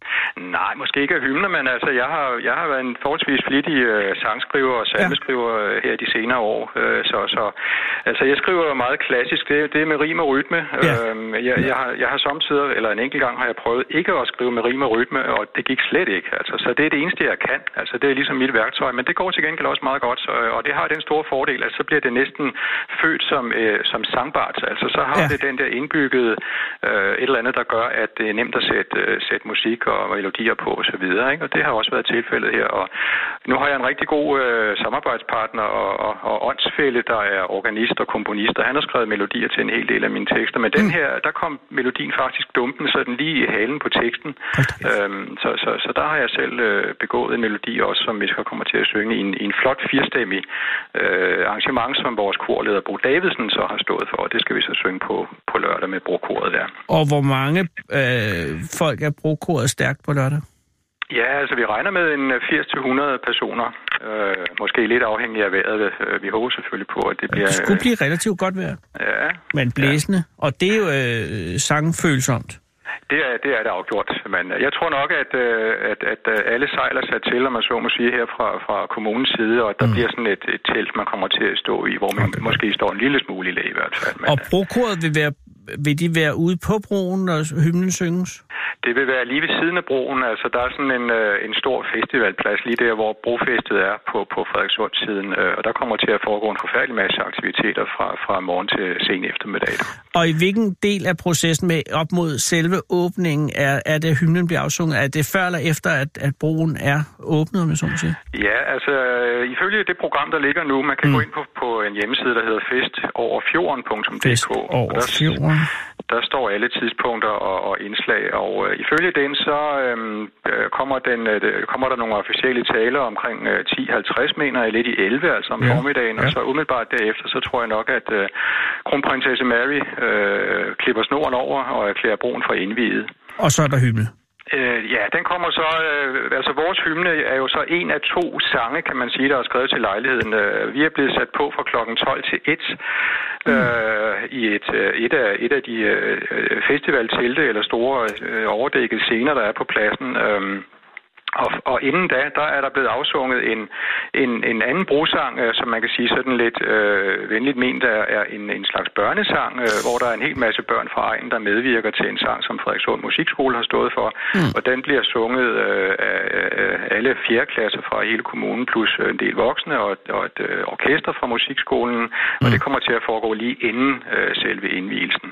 S7: Nej, måske ikke af hymner, men altså, jeg har, jeg har været en forholdsvis flittig øh, sangskriver og salmeskriver øh, her de senere år. Øh, så, så, altså, jeg skriver meget klassisk. Det, det er med rim og rytme.
S3: Ja.
S7: Øh, jeg, jeg, har, jeg har samtidig, eller en enkelt gang har jeg prøvet ikke at skrive med rim og rytme, og det gik slet ikke. Altså, så det er det eneste, jeg kan. Altså, det er ligesom mit værktøj, men det går til gengæld også meget godt. Så, og det har den store fordel, at så bliver det næsten født som, øh, som sangbart. Altså, så har ja. det den der indbyggede øh, et eller andet, der gør, at det er nemt at sætte, øh, sætte musik og melodier på og så videre, ikke? Og det har også været tilfældet her. Og nu har jeg en rigtig god øh, samarbejdspartner og, og, og åndsfælle, der er organist og komponist, og han har skrevet melodier til en hel del af mine tekster. Men den her, der kom melodien faktisk dumpen sådan lige i halen på teksten. Øhm, så, så, så der har jeg selv øh, begået en melodi også, som vi skal komme til at synge i en, i en flot firstemmig øh, arrangement, som vores korleder Bo Davidsen så har stået for. Og det skal vi så synge på, på lørdag med brokoret der.
S3: Og hvor mange øh, folk er brokoret stærkt på lørdag?
S7: Ja, altså vi regner med en firs til hundrede personer. Øh, måske lidt afhængig af vejret. Vi håber selvfølgelig på, at det bliver...
S3: Det skulle blive relativt godt vejr.
S7: Ja.
S3: Men blæsende. Ja. Og det er jo øh, sangfølsomt.
S7: Det er, det er det afgjort. Men jeg tror nok, at, at, at alle sejler sat til, om man så må sige, her fra, fra kommunens side, og der mm. bliver sådan et, et telt, man kommer til at stå i, hvor man okay. måske står en lille smule i læ i hvert fald. Men,
S3: og brokoret vil være... Vil de være ude på broen, når hymnen synges?
S7: Det vil være lige ved siden af broen. Altså, der er sådan en, en stor festivalplads lige der, hvor brofestet er på, på Frederikssund-siden. Og der kommer til at foregå en forfærdelig masse aktiviteter fra, fra morgen til sen eftermiddag.
S3: Og i hvilken del af processen med op mod selve åbningen er, er det, hymnen bliver afsunget? Er det før eller efter, at, at broen er åbnet, om jeg så må sige?
S7: Ja, altså ifølge det program, der ligger nu, man kan mm. gå ind på, på en hjemmeside, der hedder fest over fjorden punktum d k.
S3: Fest over fjorden.
S7: Der står alle tidspunkter og, og indslag, og øh, ifølge den så øh, kommer, den, øh, kommer der nogle officielle taler omkring øh, ti halvtreds, mener jeg, lidt i elleve, altså om ja. formiddagen, ja. og så umiddelbart derefter, så tror jeg nok, at øh, kronprinsesse Mary øh, klipper snoren over og erklærer broen for indviet.
S3: Og så er der hymne.
S7: Øh, ja, den kommer så... Øh, altså, vores hymne er jo så en af to sange, kan man sige, der er skrevet til lejligheden. Øh, vi er blevet sat på fra klokken tolv til et mm. øh, i et, et, af, et af de øh, festivaltelte eller store øh, overdækkede scener, der er på pladsen. Øh, Og, og inden da, der er der blevet afsunget en, en, en anden brosang, øh, som man kan sige sådan lidt øh, venligt ment er, er en, en slags børnesang, øh, hvor der er en hel masse børn fra egnen, der medvirker til en sang, som Frederikssund Musikskole har stået for. Mm. Og den bliver sunget øh, af, af alle fjerde klasser fra hele kommunen, plus en del voksne og, og et øh, orkester fra musikskolen. Mm. Og det kommer til at foregå lige inden øh, selve indvielsen.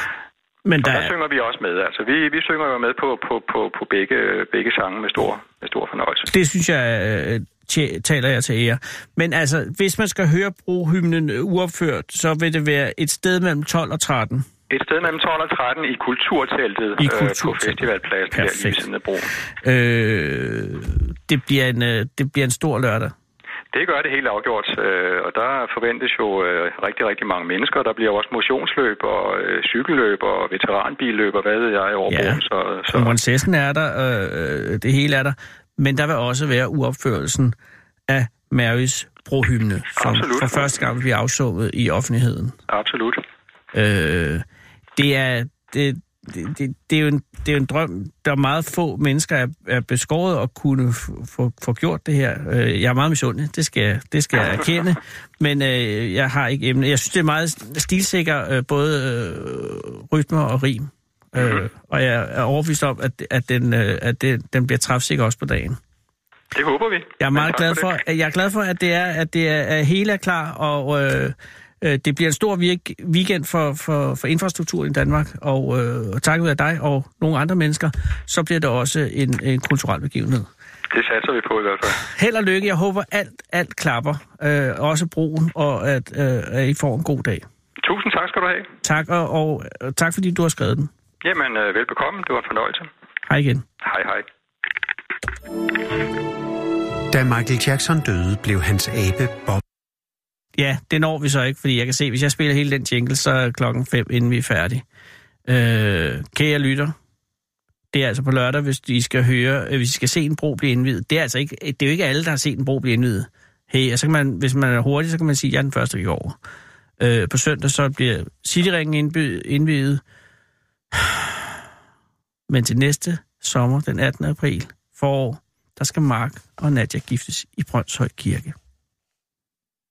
S7: Men der... Og der synger vi også med. Altså, vi, vi synger jo med på, på, på, på begge, begge sange med stor, med stor fornøjelse. Det
S3: synes jeg, tje, taler jeg til ære. Men altså, hvis man skal høre brohymnen uopført, så vil det være et sted mellem tolv og tretten.
S7: Et sted mellem tolv og tretten i Kulturteltet,
S3: I kulturteltet.
S7: Øh, på festivalpladsen der lige ved siden af broen.
S3: Øh, det, bliver en, det bliver en stor lørdag.
S7: Det gør det helt afgjort, og der forventes jo rigtig, rigtig mange mennesker. Der bliver også motionsløb og cykelløb og veteranbilløb og hvad ved jeg over
S3: ja.
S7: broen. Så, så.
S3: Prinsessen er der, øh, det hele er der, men der vil også være uopførelsen af Marys brohymne, som Absolut. for første gang bliver afsunget i offentligheden.
S7: Absolut.
S3: Øh, det er... Det, Det, det, det, er jo en, det er jo en drøm. Der er meget få mennesker er, er beskåret at kunne få, få gjort det her. Jeg er meget misundelig, det skal jeg, det skal jeg erkende. Men øh, jeg har ikke emne. Jeg synes, det er meget stilsikker, øh, både øh, rytmer og rim. Mm-hmm. Øh, og jeg er overbevist om, at, at, den, øh, at det, den bliver træfsikker også på dagen.
S7: Det håber vi.
S3: Jeg er meget glad for, for jeg er glad for, at det er, at det er, er hele er klar, og øh, det bliver en stor virke, weekend for, for, for infrastrukturen i Danmark, og, øh, og takket være dig og nogle andre mennesker, så bliver det også en, en kulturel begivenhed.
S7: Det satser vi på i hvert fald.
S3: Held og lykke. Jeg håber, alt, alt klapper, øh, også broen, og at, øh, at I får en god dag.
S7: Tusind tak skal du have.
S3: Tak, og, og, og tak fordi du har skrevet den.
S7: Jamen, øh, velbekomme. Det var en fornøjelse.
S3: Hej igen.
S7: Hej, hej.
S1: Da Michael Jackson døde, blev hans abe Bob.
S3: Ja, det når vi så ikke, fordi jeg kan se, hvis jeg spiller hele den jingle, så er klokken fem, inden vi er færdige. Øh, kære lytter, det er altså på lørdag, hvis I skal høre, hvis I skal se en bro blive indviet. Det er altså ikke, det er jo ikke alle, der har set en bro blive indviet. Hey, og så kan man, hvis man er hurtig, så kan man sige, at jeg er den første, der går over. Øh, på søndag så bliver Cityringen indviet. Men til næste sommer, den attende april, forår, der skal Mark og Nadia giftes i Brønshøj Kirke.